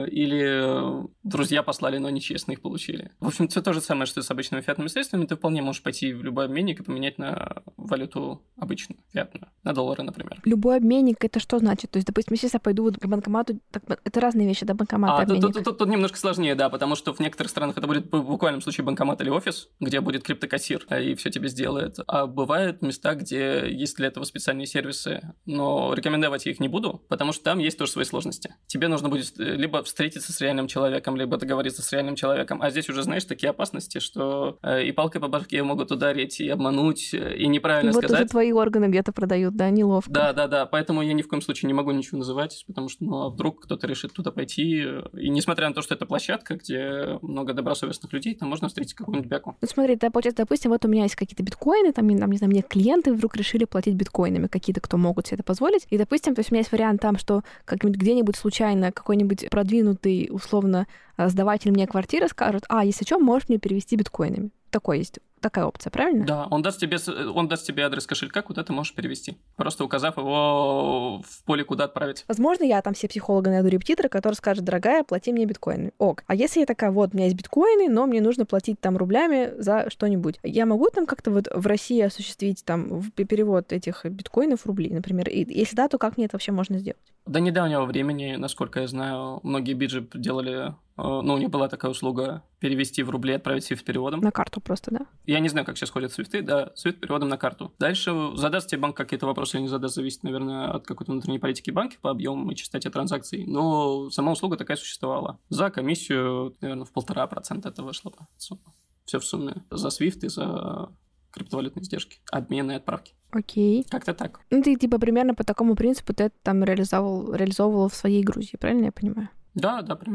или друзья послали, но нечестно их получили. В общем, все то же самое, что и с обычными фиатными средствами, ты вполне можешь пойти в любой обменник и поменять на валюту обычную, фиатную, на доллары, например. Любой обменник — это что значит? То есть, допустим, если я пойду вот к банкомату, так, это разные вещи, да, банкомат и обменник? Тут немножко сложнее, да, потому что в некоторых странах это будет в буквальном случае банкомат или офис, где будет криптокассир, и все тебе сделает. А бывают места, где есть для этого специальные сервисы, но рекомендовать я их не буду, потому что там есть тоже свои сложности. Тебе нужно будет либо встретиться с реальным человеком, либо договориться с реальным человеком, а здесь уже, знаешь, такие опасности, что и палкой по башке могут ударить, и обмануть, и неправильно вот сказать. Вот уже твои органы где-то продают, да, неловко. Да, поэтому я ни в коем случае не могу ничего называть, потому что, ну, а вдруг кто-то решит туда пойти, и несмотря на то, что это площадка, где много добросовестных людей, там можно встретить какую-нибудь бяку. Ну, смотри, да, получается, допустим, вот у меня есть какие-то биткоины, там, не знаю, мне клиенты вдруг решили платить биткоинами, какие-то, кто могут себе это позволить, и, допустим, то есть у меня есть вариант там, что как-нибудь где-нибудь случайно какой-нибудь продвинутый, условно, сдаватель мне квартиры скажет: если что, можешь мне перевести биткоинами. Такой есть. Такая опция, правильно? Да, он даст тебе адрес кошелька, куда ты можешь перевести, просто указав его в поле, куда отправить. Возможно, я там себе психолога найду, репетитора, который скажет: дорогая, плати мне биткоинами. Ок. А если я такая: вот, у меня есть биткоины, но мне нужно платить там рублями за что-нибудь. Я могу там как-то вот в России осуществить там перевод этих биткоинов в рубли, например? И если да, то как мне это вообще можно сделать? До недавнего времени, насколько я знаю, многие биджи делали... Ну, у них была такая услуга перевести в рубли, отправить свифт-переводом. На карту просто, да? Я не знаю, как сейчас ходят свифты, да, свифт-переводом на карту. Дальше задаст тебе банк какие-то вопросы или не задаст, зависит, наверное, от какой-то внутренней политики банка по объему и частоте транзакций. Но сама услуга такая существовала. За комиссию, наверное, в 1,5% это вышло. Все в сумме. За свифт и за криптовалютные издержки, обмены и отправки. Окей. Как-то так. Ну, ты типа примерно по такому принципу ты это там реализовывал в своей Грузии, правильно я понимаю? Да, примерно так.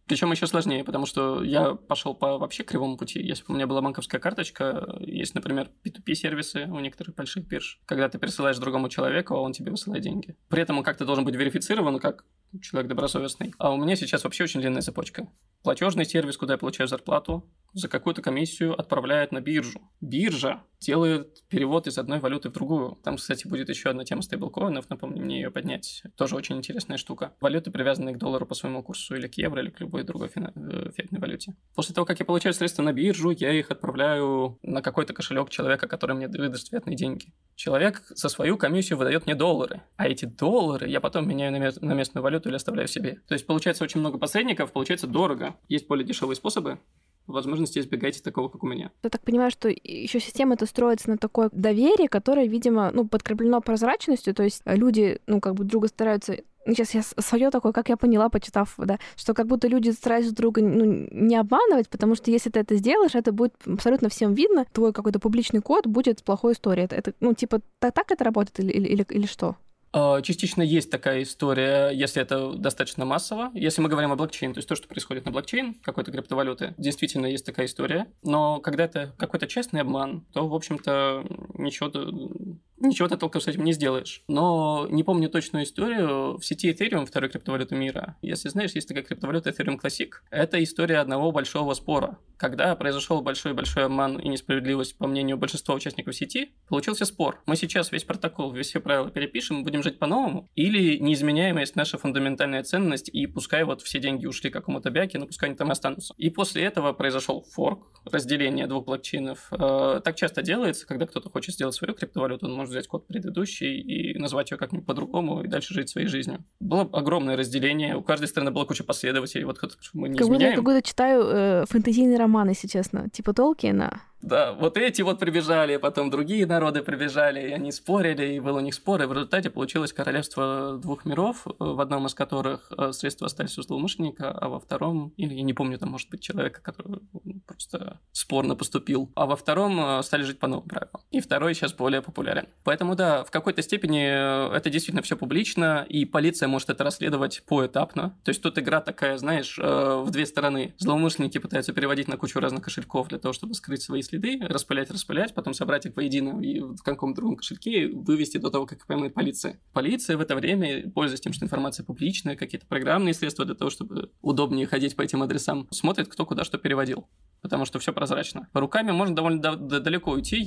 Причем еще сложнее, потому что я пошел по вообще кривому пути. Если бы у меня была банковская карточка, есть, например, P2P-сервисы у некоторых больших бирж, когда ты пересылаешь другому человеку, а он тебе высылает деньги. При этом он как-то должен быть верифицирован, как человек добросовестный. А у меня сейчас вообще очень длинная цепочка. Платежный сервис, куда я получаю зарплату, за какую-то комиссию отправляет на биржу. Биржа делает перевод из одной валюты в другую. Там, кстати, будет еще одна тема стейблкоинов, напомню мне ее поднять. Тоже очень интересная штука. Валюты, привязанные к доллару по своему курсу, или к евро, или к любой другой фиатной валюте. После того, как я получаю средства на биржу, я их отправляю на какой-то кошелек человека, который мне выдаст фиатные деньги. Человек за свою комиссию выдает мне доллары, а эти доллары я потом меняю на местную валюту или оставляю себе. То есть получается очень много посредников, получается дорого. Есть более дешевые способы. Возможности избегайте такого, как у меня. Я так понимаю, что еще система это строится на такое доверие, которое, видимо, подкреплено прозрачностью, то есть люди, друга стараются. Сейчас я свое такое, как я поняла, почитав, да, что как будто люди стараются друга не обманывать, потому что если ты это сделаешь, это будет абсолютно всем видно, твой какой-то публичный код будет плохой историей. Это так это работает или что? Частично есть такая история, если это достаточно массово. Если мы говорим о блокчейне, то есть то, что происходит на блокчейн, какой-то криптовалюты, действительно есть такая история. Но когда это какой-то частный обман, то, в общем-то, ничего ты толком с этим не сделаешь. Но не помню точную историю. В сети Ethereum, второй криптовалюты мира, если знаешь, есть такая криптовалюта Ethereum Classic. Это история одного большого спора. Когда произошел большой-большой обман и несправедливость, по мнению большинства участников сети, получился спор. Мы сейчас весь протокол, все правила перепишем, будем жить по-новому, или неизменяемость наша фундаментальная ценность, и пускай все деньги ушли какому-то бяке, но пускай они там останутся. И после этого произошел форк, разделение двух блокчейнов. Так часто делается, когда кто-то хочет сделать свою криптовалюту, он может взять код предыдущий и назвать ее как-нибудь по-другому и дальше жить своей жизнью. Было огромное разделение, у каждой страны была куча последователей, мы не изменяем. Как будто читаю фэнтезийные романы, если честно, типа Толкиена. Да, вот эти прибежали, потом другие народы прибежали, и они спорили, и был у них спор, и в результате получилось королевство двух миров, в одном из которых средства остались у злоумышленника, а во втором, или я не помню, там может быть человека, который просто спорно поступил, а во втором стали жить по новым правилам. И второй сейчас более популярен. Поэтому да, в какой-то степени это действительно все публично, и полиция может это расследовать поэтапно. То есть тут игра такая, знаешь, в две стороны. Злоумышленники пытаются переводить на кучу разных кошельков для того, чтобы скрыть свои следы, распылять, потом собрать их воедино и в каком-то другом кошельке вывести до того, как их поймает полиция. Полиция в это время, пользуясь тем, что информация публичная, какие-то программные средства для того, чтобы удобнее ходить по этим адресам, смотрит, кто куда что переводил. Потому что все прозрачно. Руками можно довольно далеко уйти.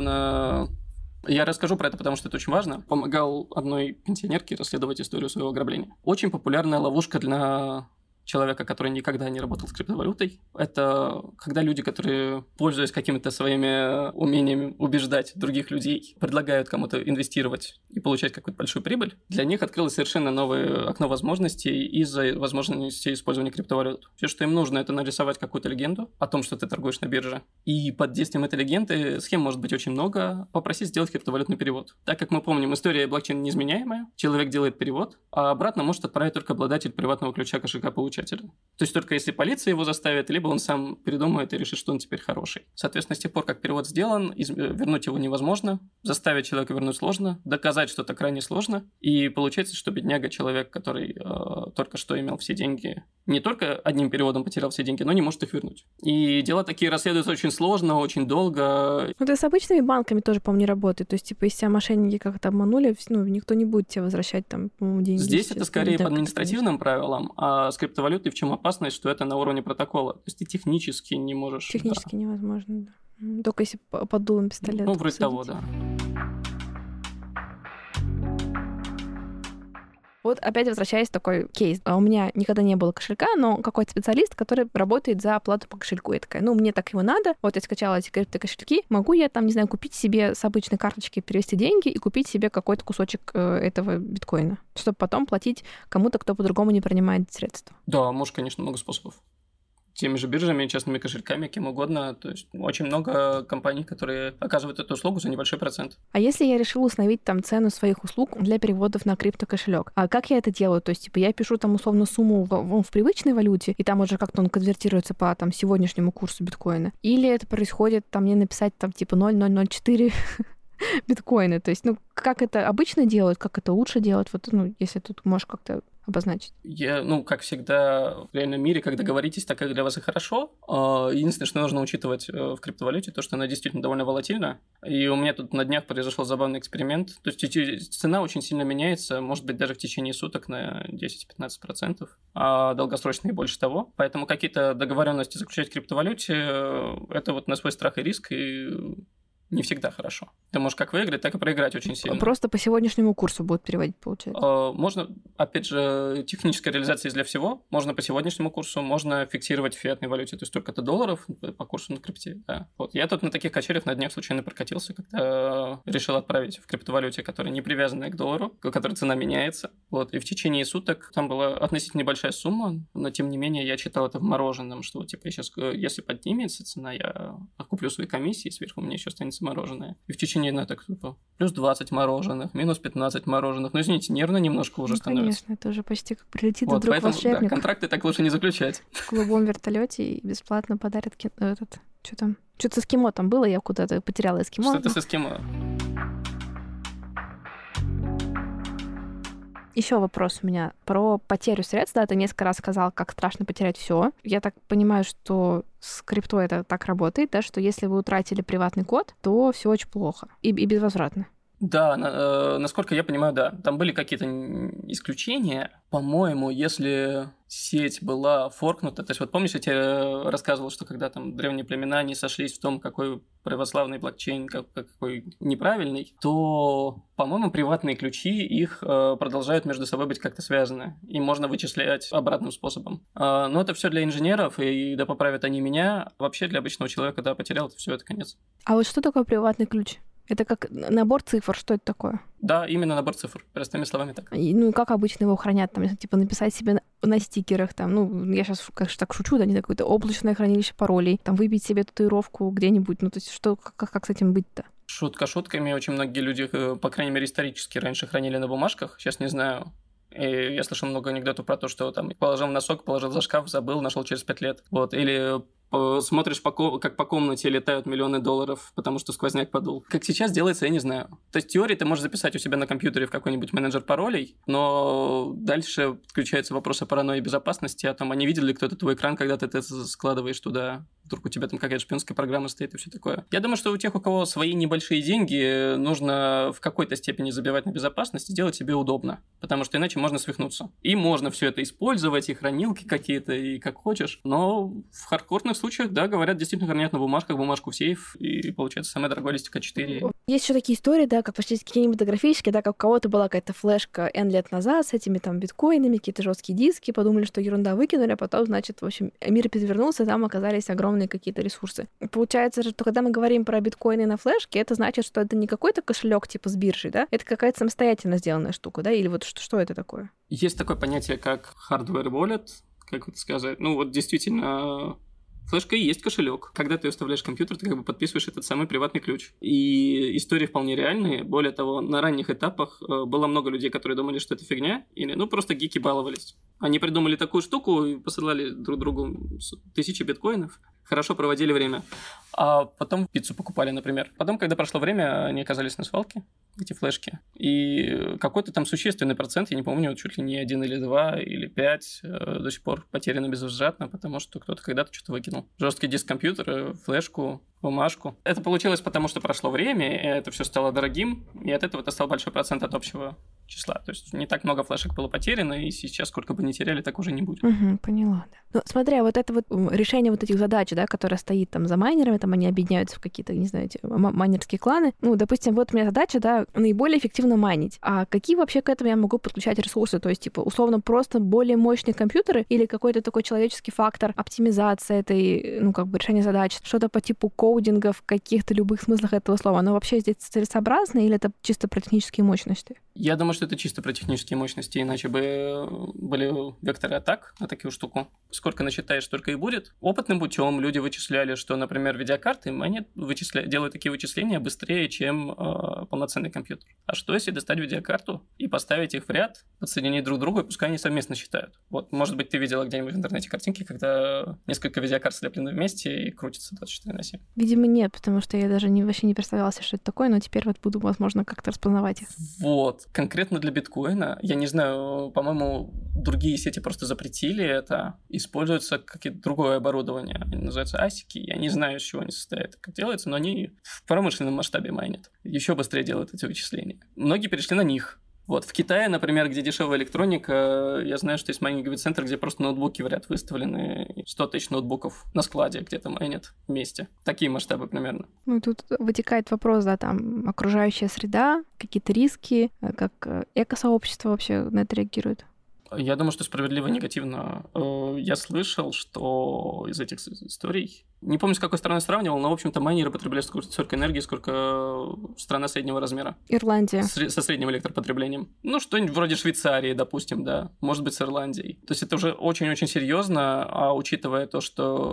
Я расскажу про это, потому что это очень важно. Помогал одной пенсионерке расследовать историю своего ограбления. Очень популярная ловушка для человека, который никогда не работал с криптовалютой. Это когда люди, которые, пользуясь какими-то своими умениями убеждать других людей, предлагают кому-то инвестировать и получать какую-то большую прибыль, для них открылось совершенно новое окно возможностей из-за возможности использования криптовалют. Все, что им нужно, это нарисовать какую-то легенду о том, что ты торгуешь на бирже. И под действием этой легенды схем может быть очень много. Попросить сделать криптовалютный перевод. Так как мы помним, история блокчейна неизменяемая, человек делает перевод, а обратно может отправить только обладатель приватного ключа кошелька получателя. То есть только если полиция его заставит, либо он сам передумает и решит, что он теперь хороший. Соответственно, с тех пор, как перевод сделан, вернуть его невозможно, заставить человека вернуть сложно, доказать что-то крайне сложно, и получается, что бедняга, человек, который только что имел все деньги, не только одним переводом потерял все деньги, но не может их вернуть. И дела такие расследуются очень сложно, очень долго. Это с обычными банками тоже, по-моему, не работает. То есть, типа, если тебя мошенники как-то обманули, никто не будет тебе возвращать там, по-моему, деньги. Здесь это скорее по административным правилам, а с криптовалютой в чем опасность, что это на уровне протокола. То есть ты технически не можешь... Технически невозможно, да. Только если под дулом пистолета. Ну, вроде того, да. Вот опять возвращаясь в такой кейс. У меня никогда не было кошелька, но какой-то специалист, который работает за оплату по кошельку. Я такая, мне так его надо. Вот я скачала эти криптокошельки. Могу я там, не знаю, купить себе с обычной карточки, перевести деньги и купить себе какой-то кусочек этого биткоина, чтобы потом платить кому-то, кто по-другому не принимает средства? Да, может, конечно, много способов. Теми же биржами, частными кошельками, кем угодно. То есть очень много компаний, которые оказывают эту услугу за небольшой процент. А если я решила установить там цену своих услуг для переводов на криптокошелек, а как я это делаю? То есть, типа, я пишу там условно сумму в привычной валюте, и там уже как-то он конвертируется по там сегодняшнему курсу биткоина? Или это происходит, там мне написать там типа 0,004 биткоины? То есть, как это обычно делают, как это лучше делать? Вот, если тут можешь как-то обозначить? Как всегда, в реальном мире, когда договоритесь, так как для вас и хорошо. Единственное, что нужно учитывать в криптовалюте, то, что она действительно довольно волатильна. И у меня тут на днях произошел забавный эксперимент. То есть цена очень сильно меняется, может быть, даже в течение суток на 10-15%, а долгосрочно и больше того. Поэтому какие-то договоренности заключать в криптовалюте, это вот на свой страх и риск, и не всегда хорошо. Ты можешь как выиграть, так и проиграть очень сильно. Просто по сегодняшнему курсу будут переводить, получается? Можно, опять же, техническая реализация есть для всего. Можно по сегодняшнему курсу, можно фиксировать в фиатной валюте, то есть столько-то долларов по курсу на крипте. Да. Вот. Я тут на таких качелях на днях случайно прокатился, когда решил отправить в криптовалюте, которая не привязанная к доллару, у которой цена меняется. Вот. И в течение суток там была относительно небольшая сумма, но тем не менее я читал это в мороженом, что типа сейчас, если поднимется цена, я куплю свои комиссии, сверху у меня еще останется мороженое. И в течение дня так типа плюс 20 мороженых, минус 15 мороженых. Ну, извините, нервно немножко уже становится. Конечно, это уже почти как прилетит вот, вдруг поэтому, волшебник. Да, контракты так лучше не заключать. В голубом вертолете и бесплатно подарят этот... Что там? Что-то с эскимо там было, я куда-то потеряла эскимо. Что-то с эскимо. Еще вопрос у меня про потерю средств. Да, ты несколько раз сказал, как страшно потерять все. Я так понимаю, что с крипто это так работает, да, что если вы утратили приватный код, то все очень плохо и безвозвратно. Да, насколько я понимаю, да. Там были какие-то исключения. По-моему, если сеть была форкнута, то есть вот помнишь, я тебе рассказывал, что когда там древние племена не сошлись в том, какой православный блокчейн, какой неправильный, то, по-моему, приватные ключи их продолжают между собой быть как-то связаны, и можно вычислять обратным способом. Но это все для инженеров, и да поправят они меня. Вообще для обычного человека, да, потерял, это все, это конец. А вот что такое приватный ключ? Это как набор цифр, что это такое? Да, именно набор цифр, простыми словами так. И как обычно его хранят, там, если, типа, написать себе на стикерах, там, я сейчас, конечно, так шучу, да, не какое-то облачное хранилище паролей, там, выбить себе татуировку где-нибудь, то есть что, как с этим быть-то? Шутка шутками, очень многие люди, по крайней мере, исторически раньше хранили на бумажках, сейчас не знаю. И я слышал много анекдотов про то, что там положил носок, положил за шкаф, забыл, нашел через 5 лет. Вот. Или смотришь, как по комнате летают миллионы долларов, потому что сквозняк подул. Как сейчас делается, я не знаю. То есть в теории ты можешь записать у себя на компьютере в какой-нибудь менеджер паролей, но дальше включается вопрос о паранойи безопасности, о том, а не видел ли кто-то твой экран, когда ты это складываешь туда. Вдруг у тебя там какая-то шпионская программа стоит и все такое. Я думаю, что у тех, у кого свои небольшие деньги, нужно в какой-то степени забивать на безопасность и делать себе удобно, потому что иначе можно свихнуться. И можно все это использовать, и хранилки какие-то, и как хочешь, но в хардкорных случаях, да, говорят, действительно хранят на бумажках, бумажку в сейф, и получается самое дорогое листика 4. Есть еще такие истории, да, как почти кинематографические, да, как у кого-то была какая-то флешка N лет назад с этими там биткоинами, какие-то жесткие диски, подумали, что ерунда, выкинули, а потом, значит, в общем, мир перевернулся, там оказались огромные какие-то ресурсы. Получается, что когда мы говорим про биткоины на флешке, это значит, что это не какой-то кошелек типа с биржей, да, это какая-то самостоятельно сделанная штука, да, или вот что это такое? Есть такое понятие, как hardware wallet, как это сказать, вот действительно... Флешка и есть кошелек. Когда ты вставляешь в компьютер, ты как бы подписываешь этот самый приватный ключ. И истории вполне реальные. Более того, на ранних этапах было много людей, которые думали, что это фигня, или просто гики баловались. Они придумали такую штуку и посылали друг другу тысячи биткоинов. Хорошо проводили время. А потом пиццу покупали, например. Потом, когда прошло время, они оказались на свалке, эти флешки. И какой-то там существенный процент, я не помню, чуть ли не 1 или 2 или 5, до сих пор потеряно безвозвратно, потому что кто-то когда-то что-то выкинул. Жесткий диск компьютера, флешку, бумажку. Это получилось потому, что прошло время, и это все стало дорогим, и от этого это стал большой процент от общего числа. То есть не так много флешек было потеряно, и сейчас сколько бы ни теряли, так уже не будет. Поняла, да. Но смотря, вот это вот решение вот этих задач, да, которое стоит там за майнерами, там они объединяются в какие-то, не знаю, майнерские кланы. Допустим, вот у меня задача, да, наиболее эффективно майнить. А какие вообще к этому я могу подключать ресурсы? То есть, типа, условно, просто более мощные компьютеры или какой-то такой человеческий фактор оптимизации этой, решения задач, что-то по типу коудинга в каких-то любых смыслах этого слова. Оно вообще здесь целесообразно или это чисто про технические мощности? Я думаю, что это чисто про технические мощности, иначе бы были векторы атак на такую штуку. Сколько насчитаешь, столько и будет. Опытным путем люди вычисляли, что, например, видеокарты делают такие вычисления быстрее, чем полноценный компьютер. А что, если достать видеокарту и поставить их в ряд, подсоединить друг к другу, и пускай они совместно считают? Вот, может быть, ты видела где-нибудь в интернете картинки, когда несколько видеокарт слеплены вместе и крутятся 24/7. Видимо, нет, потому что я даже вообще не представляла себе, что это такое, но теперь вот буду, возможно, как-то распознавать их. Вот. Вот. Конкретно для биткоина, я не знаю, по-моему, другие сети просто запретили это, используется какое-то другое оборудование. Они называются асики. Я не знаю, из чего они состоят, как делается, но они в промышленном масштабе майнят. Еще быстрее делают эти вычисления. Многие перешли на них. Вот. В Китае, например, где дешевая электроника, я знаю, что есть майнинговый центр, где просто ноутбуки в ряд выставлены, 100 тысяч ноутбуков на складе где-то майнят вместе. Такие масштабы примерно. Ну, тут вытекает вопрос, да, там, окружающая среда, какие-то риски, как экосообщество вообще на это реагирует? Я думаю, что справедливо негативно. Я слышал, что из этих историй... Не помню, с какой страной сравнивал, но, в общем-то, майнеры потребляют столько энергии, сколько страна среднего размера. Ирландия. Со средним электропотреблением. Ну, что-нибудь вроде Швейцарии, допустим, да. Может быть, с Ирландией. То есть это уже очень-очень серьезно, а учитывая то,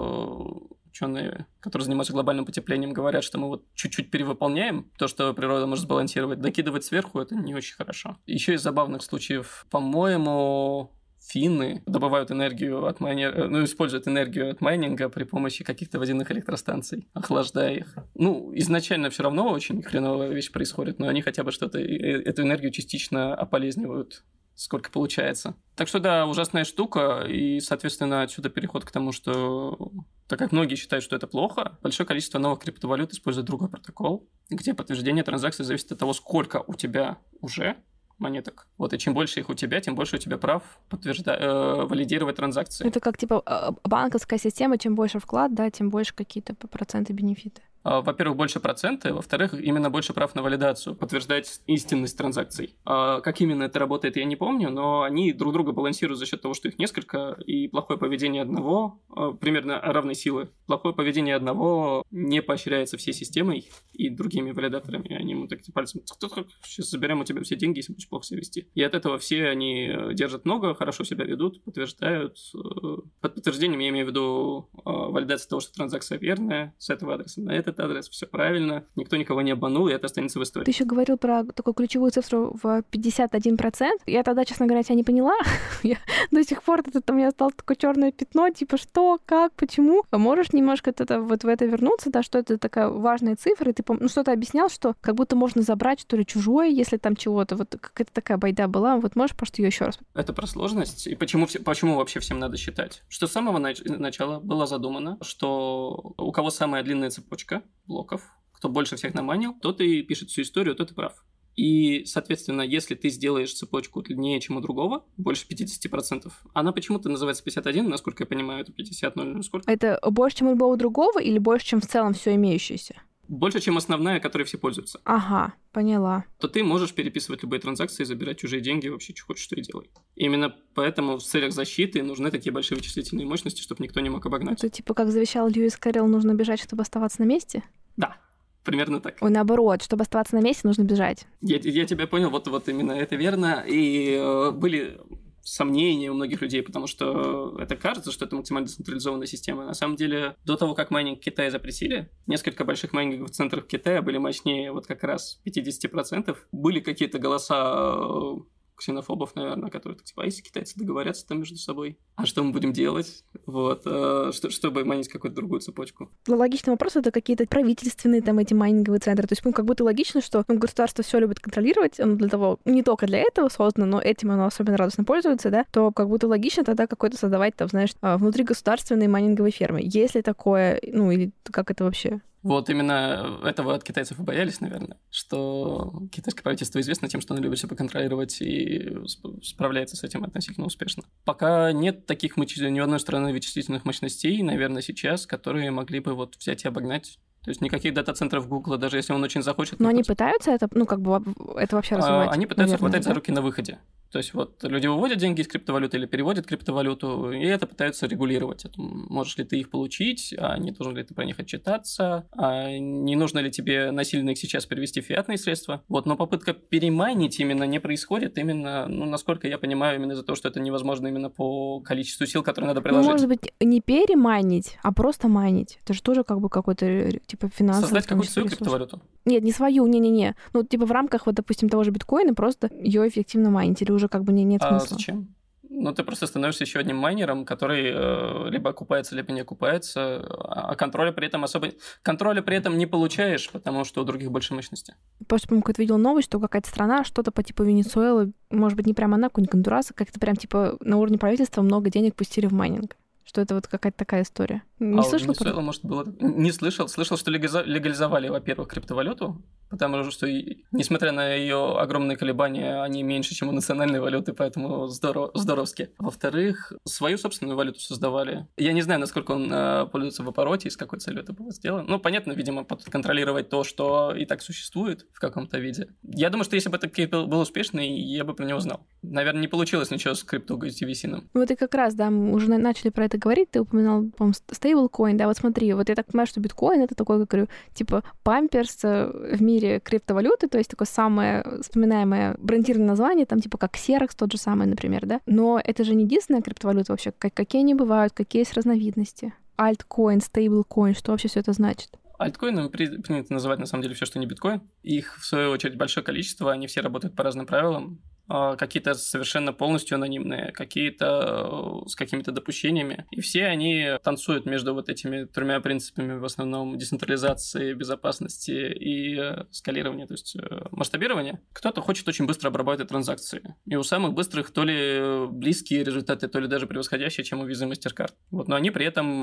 что ученые, которые занимаются глобальным потеплением, говорят, что мы вот чуть-чуть перевыполняем то, что природа может сбалансировать, докидывать сверху — это не очень хорошо. Еще из забавных случаев, по-моему, финны добывают энергию от майнинга, используют энергию от майнинга при помощи каких-то водяных электростанций, охлаждая их. Ну, изначально все равно очень хреновая вещь происходит, но они хотя бы что-то, эту энергию частично ополезнивают, сколько получается. Так что да, ужасная штука, и, соответственно, отсюда переход к тому, что, так как многие считают, что это плохо, большое количество новых криптовалют использует другой протокол, где подтверждение транзакции зависит от того, сколько у тебя уже монеток. Вот, и чем больше их у тебя, тем больше у тебя прав валидировать транзакции. Это как, типа, банковская система, чем больше вклад, да, тем больше какие-то проценты, бенефиты. Во-первых, больше проценты, во-вторых, именно больше прав на валидацию, подтверждать истинность транзакций. Как именно это работает, я не помню, но они друг друга балансируют за счет того, что их несколько, и плохое поведение одного примерно равной силы. Плохое поведение одного не поощряется всей системой и другими валидаторами. Они ему так пальцем: сейчас заберем у тебя все деньги, если будешь плохо себя вести. И от этого все они держат много, хорошо себя ведут, подтверждают. Под подтверждением я имею в виду валидацию того, что транзакция верная, с этого адреса на этот адрес, все правильно, никто никого не обманул, и это останется в истории. Ты еще говорил про такую ключевую цифру в 51%. Я тогда, честно говоря, тебя не поняла. Я до сих пор у меня осталось такое черное пятно, типа что, как, почему. Можешь немножко вот в это вернуться, да, что это такая важная цифра, и ты что-то объяснял, что как будто можно забрать, что ли, чужое, если там чего-то, вот какая-то такая байда была. Вот можешь просто ее еще раз? Это про сложность, и почему вообще всем надо считать? Что с самого начала было задумано, что у кого самая длинная цепочка блоков, кто больше всех наманил, тот и пишет всю историю, тот и прав. И, соответственно, если ты сделаешь цепочку длиннее, чем у другого, больше 50%, она почему-то называется 51, насколько я понимаю, это 50, 0, сколько? Это больше, чем у любого другого, или больше, чем в целом все имеющееся? Больше, чем основная, которой все пользуются. Ага, поняла. То ты можешь переписывать любые транзакции, забирать чужие деньги, вообще что хочешь, что и делай. Именно поэтому в целях защиты нужны такие большие вычислительные мощности, чтобы никто не мог обогнать. Это типа как завещал Льюис Кэрролл, нужно бежать, чтобы оставаться на месте? Да. Примерно так. Ой, наоборот, чтобы оставаться на месте, нужно бежать. Я тебя понял, вот именно это верно. И были сомнения у многих людей, потому что это кажется, что это максимально децентрализованная система. На самом деле, до того, как майнинг в Китае запретили, несколько больших майнинговых центров Китая были мощнее вот как раз 50%. Были какие-то голоса ксенофобов, наверное, которые так типа: а если китайцы договорятся там между собой? А что мы будем делать? Вот, чтобы майнить какую-то другую цепочку. Логичный вопрос — это какие-то правительственные там эти майнинговые центры. То есть, как будто логично, что государство все любит контролировать, оно для того, не только для этого создано, но этим оно особенно радостно пользуется, да, то как будто логично тогда какой-то создавать там, знаешь, внутригосударственные майнинговые фермы. Есть ли такое, или как это вообще? Вот именно этого от китайцев и боялись, наверное, что китайское правительство известно тем, что оно любит все поконтролировать и справляется с этим относительно успешно. Пока нет таких ни одной страны вычислительных мощностей, наверное, сейчас, которые могли бы вот взять и обогнать. То есть никаких дата-центров Гугла, даже если он очень захочет. Но они пытаются это вообще развивать? Они пытаются хватать за руки на выходе. То есть вот люди выводят деньги из криптовалюты или переводят криптовалюту, и это пытаются регулировать. Можешь ли ты их получить, а не должен ли ты про них отчитаться, а не нужно ли тебе насильно их сейчас перевести в фиатные средства. Вот, но попытка перемайнить именно не происходит, именно, насколько я понимаю, именно из-за того, что это невозможно именно по количеству сил, которые надо приложить. Может быть, не перемайнить, а просто майнить. Это же тоже как бы какой-то типа финансовый... Создать какую-то свою криптовалюту? Нет, не свою, не-не-не. Ну, типа в рамках, вот, допустим, того же биткоина просто ее эффективно майнить, или уже как бы нет смысла. Зачем? ну, ты просто становишься еще одним майнером, который либо окупается, либо не окупается, а контроля при этом не получаешь, потому что у других больше мощности. Просто, по-моему, какой-то видел новость, что какая-то страна, что-то по типу Венесуэлы, может быть, не прямо она, какой-нибудь Гондураса, как-то прям типа на уровне правительства много денег пустили в майнинг. Что это вот какая-то такая история. Не слышал про это? Может, было... Не слышал. Слышал, что легализовали, во-первых, криптовалюту, потому что, несмотря на ее огромные колебания, они меньше, чем у национальной валюты, поэтому здоровски. Во-вторых, свою собственную валюту создавали. Я не знаю, насколько он пользуется в обороте и с какой целью это было сделано. Ну, понятно, видимо, контролировать то, что и так существует в каком-то виде. Я думаю, что если бы этот кейп был успешный, я бы про него знал. Наверное, не получилось ничего с CryptoGTVC. Вот и как раз, да, мы уже начали про это говорить, ты упоминал, по-моему, стейблкоин, да, вот смотри, вот я так понимаю, что биткоин — это такой, как говорю, типа памперс в мире криптовалюты, то есть такое самое вспоминаемое брендированное название, там типа как Xerox, тот же самый, например, да, но это же не единственная криптовалюта вообще, какие они бывают, какие есть разновидности? Альткоин, стейблкоин, что вообще все это значит? Альткоинами принято называть, на самом деле, все, что не биткоин. Их, в свою очередь, большое количество, они все работают по разным правилам. Какие-то совершенно полностью анонимные, какие-то с какими-то допущениями. И все они танцуют между вот этими тремя принципами, в основном децентрализации, безопасности и скалирования, то есть масштабирования. Кто-то хочет очень быстро обрабатывать транзакции. И у самых быстрых то ли близкие результаты, то ли даже превосходящие, чем у Visa и MasterCard. Вот, но они при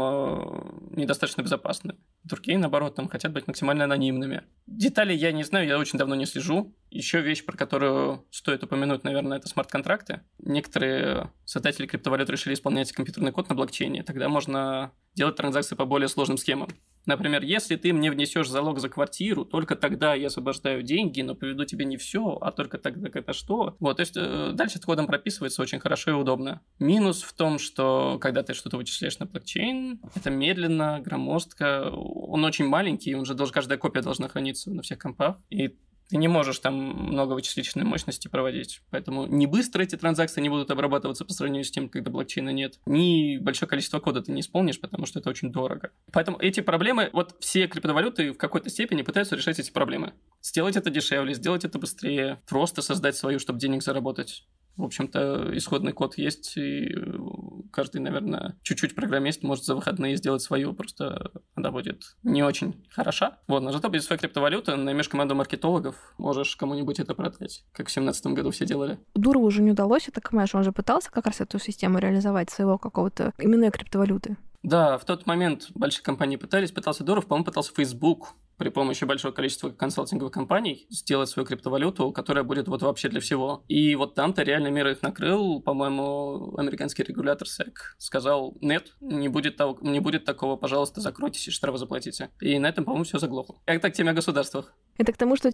этом недостаточно безопасны. Другие, наоборот, там хотят быть максимально анонимными. Детали я не знаю, я очень давно не слежу. Еще вещь, про которую стоит упомянуть, наверное, это смарт-контракты. Некоторые создатели криптовалют решили исполнять компьютерный код на блокчейне. Тогда можно делать транзакции по более сложным схемам. Например, если ты мне внесешь залог за квартиру, только тогда я освобождаю деньги, но поведу тебе не все, а только тогда это что. Вот, то есть дальше это кодом прописывается очень хорошо и удобно. Минус в том, что когда ты что-то вычисляешь на блокчейн, это медленно, громоздко, он очень маленький, каждая копия должна храниться на всех компах, и ты не можешь там много вычислительной мощности проводить. Поэтому не быстро эти транзакции не будут обрабатываться по сравнению с тем, когда блокчейна нет. Ни большое количество кода ты не исполнишь, потому что это очень дорого. Поэтому эти проблемы, вот все криптовалюты в какой-то степени пытаются решать эти проблемы. Сделать это дешевле, сделать это быстрее, просто создать свою, чтобы денег заработать. В общем-то, исходный код есть, и каждый, наверное, чуть-чуть программист может за выходные сделать свою, просто она будет не очень хороша. Вот, но зато без своей криптовалюты наймешь команду маркетологов, можешь кому-нибудь это продать, как в 2017 году все делали. Дурову уже не удалось, я так понимаю, что он же пытался как раз эту систему реализовать своего какого-то именной криптовалюты. Да, в тот момент большие компании пытался Дуров, по-моему, пытался Facebook при помощи большого количества консалтинговых компаний сделать свою криптовалюту, которая будет вот вообще для всего. И вот там-то реально мир их накрыл. По-моему, американский регулятор SEC сказал: нет, не будет такого, пожалуйста, закройтесь и штрафы заплатите. И на этом, по-моему, все заглохло. Это к теме о государствах. Это к тому, что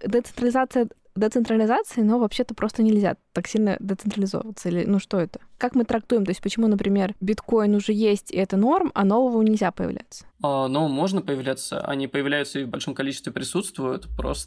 децентрализации, но вообще-то просто нельзя так сильно децентрализовываться. Или, ну что это? Как мы трактуем? То есть почему, например, биткоин уже есть, и это норм, а нового нельзя появляться? Но можно появляться. Они появляются и в большом количестве присутствуют.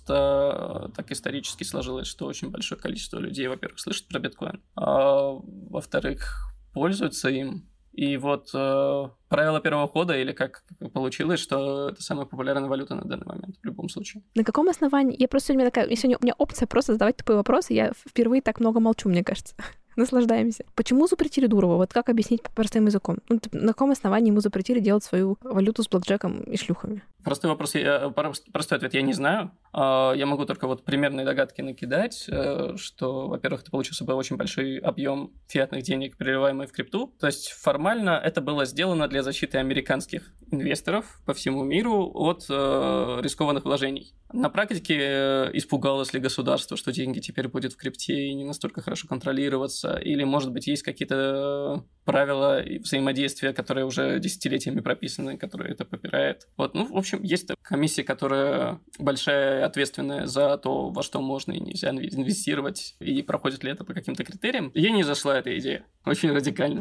Просто так исторически сложилось, что очень большое количество людей, во-первых, слышат про биткоин, а во-вторых, пользуются им. И вот правило первого хода, или как получилось, что это самая популярная валюта на данный момент в любом случае. На каком основании? Я просто сегодня у меня опция просто задавать тупые вопросы. Я впервые так много молчу, мне кажется. Наслаждаемся. Почему запретили Дурова? Вот как объяснить простым языком? Ну, на каком основании ему запретили делать свою валюту с блэкджеком и шлюхами? Простой вопрос, простой ответ я не знаю. Я могу только вот примерные догадки накидать, что, во-первых, это получился бы очень большой объем фиатных денег, переливаемый в крипту. То есть формально это было сделано для защиты американских инвесторов по всему миру от рискованных вложений. На практике испугалось ли государство, что деньги теперь будут в крипте и не настолько хорошо контролироваться, или, может быть, есть какие-то правила взаимодействия, которые уже десятилетиями прописаны, которые это попирает. Вот, ну, в общем, есть комиссия, которая большая и ответственная за то, во что можно и нельзя инвестировать, и проходит ли это по каким-то критериям. Ей не зашла эта идея. Очень радикально.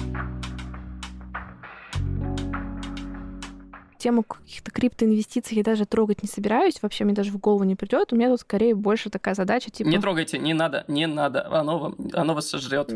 Тему каких-то криптоинвестиций я даже трогать не собираюсь, вообще мне даже в голову не придет. У меня тут скорее больше такая задача, типа... Не трогайте, не надо, оно вас сожрет. Да.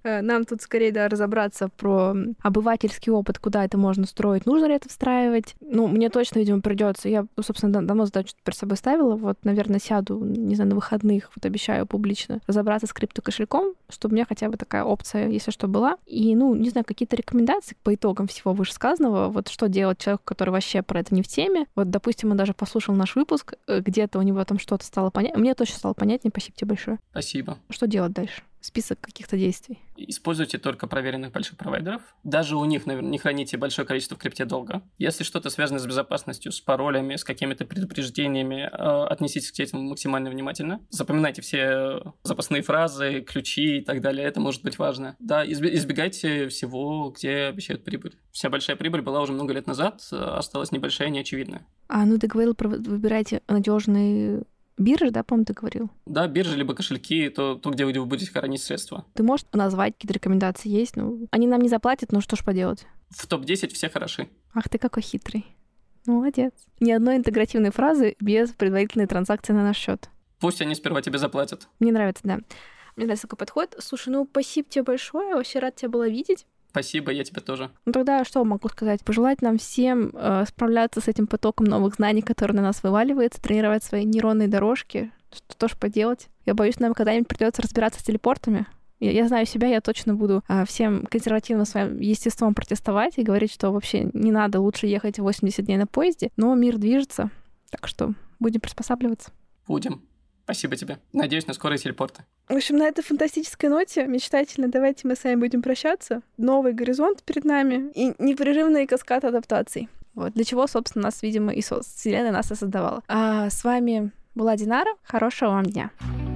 Нам тут скорее, да, разобраться про обывательский опыт, куда это можно строить, нужно ли это встраивать. Ну, мне точно, видимо, придется. Я, собственно, давно задачу перед собой ставила. Вот, наверное, сяду, не знаю, на выходных, вот обещаю публично, разобраться с криптокошельком, чтобы у меня хотя бы такая опция, если что, была. И, ну, не знаю, какие-то рекомендации по итогам всего вышесказанного. Вот что делать человеку, который вообще про это не в теме. Вот, допустим, он даже послушал наш выпуск, где-то у него там что-то стало понятно. Мне точно стало понятнее. Спасибо тебе большое. Спасибо. Что делать дальше? Список каких-то действий. Используйте только проверенных больших провайдеров. Даже у них, наверное, не храните большое количество в крипте долго. Если что-то связано с безопасностью, с паролями, с какими-то предупреждениями, отнеситесь к этому максимально внимательно. Запоминайте все запасные фразы, ключи и так далее. Это может быть важно. Да, избегайте всего, где обещают прибыль. Вся большая прибыль была уже много лет назад, осталась небольшая, неочевидная. Ну ты говорил про выбирайте надежные биржи, да, по-моему, ты говорил? Да, биржи либо кошельки, то где вы будете хранить средства. Ты можешь назвать, какие-то рекомендации есть? Ну, они нам не заплатят, но что ж поделать? В топ-10 все хороши. Ах ты какой хитрый. Молодец. Ни одной интегративной фразы без предварительной транзакции на наш счет. Пусть они сперва тебе заплатят. Мне нравится, да. Мне нравится такой подход. Слушай, ну спасибо тебе большое, вообще рад тебя было видеть. Спасибо, я тебе тоже. Ну тогда что могу сказать? Пожелать нам всем справляться с этим потоком новых знаний, который на нас вываливается, тренировать свои нейронные дорожки. Что ж поделать? Я боюсь, нам когда-нибудь придется разбираться с телепортами. Я знаю себя, я точно буду всем консервативным своим естеством протестовать и говорить, что вообще не надо, лучше ехать 80 дней на поезде. Но мир движется, так что будем приспосабливаться. Будем. Спасибо тебе. Надеюсь на скорые телепорты. В общем, на этой фантастической ноте, мечтательно, давайте мы с вами будем прощаться. Новый горизонт перед нами и непрерывный каскад адаптаций. Вот. Для чего, собственно, нас, видимо, и Вселенная нас и создавала. А с вами была Динара. Хорошего вам дня.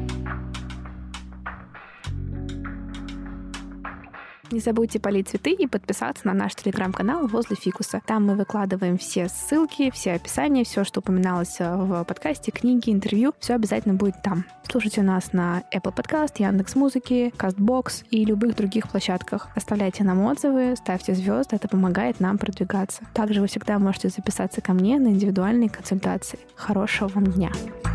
Не забудьте полить цветы и подписаться на наш телеграм-канал «Возле фикуса». Там мы выкладываем все ссылки, все описания, все, что упоминалось в подкасте, книги, интервью. Все обязательно будет там. Слушайте нас на Apple Podcast, Яндекс.Музыки, Castbox и любых других площадках. Оставляйте нам отзывы, ставьте звезды, это помогает нам продвигаться. Также вы всегда можете записаться ко мне на индивидуальные консультации. Хорошего вам дня!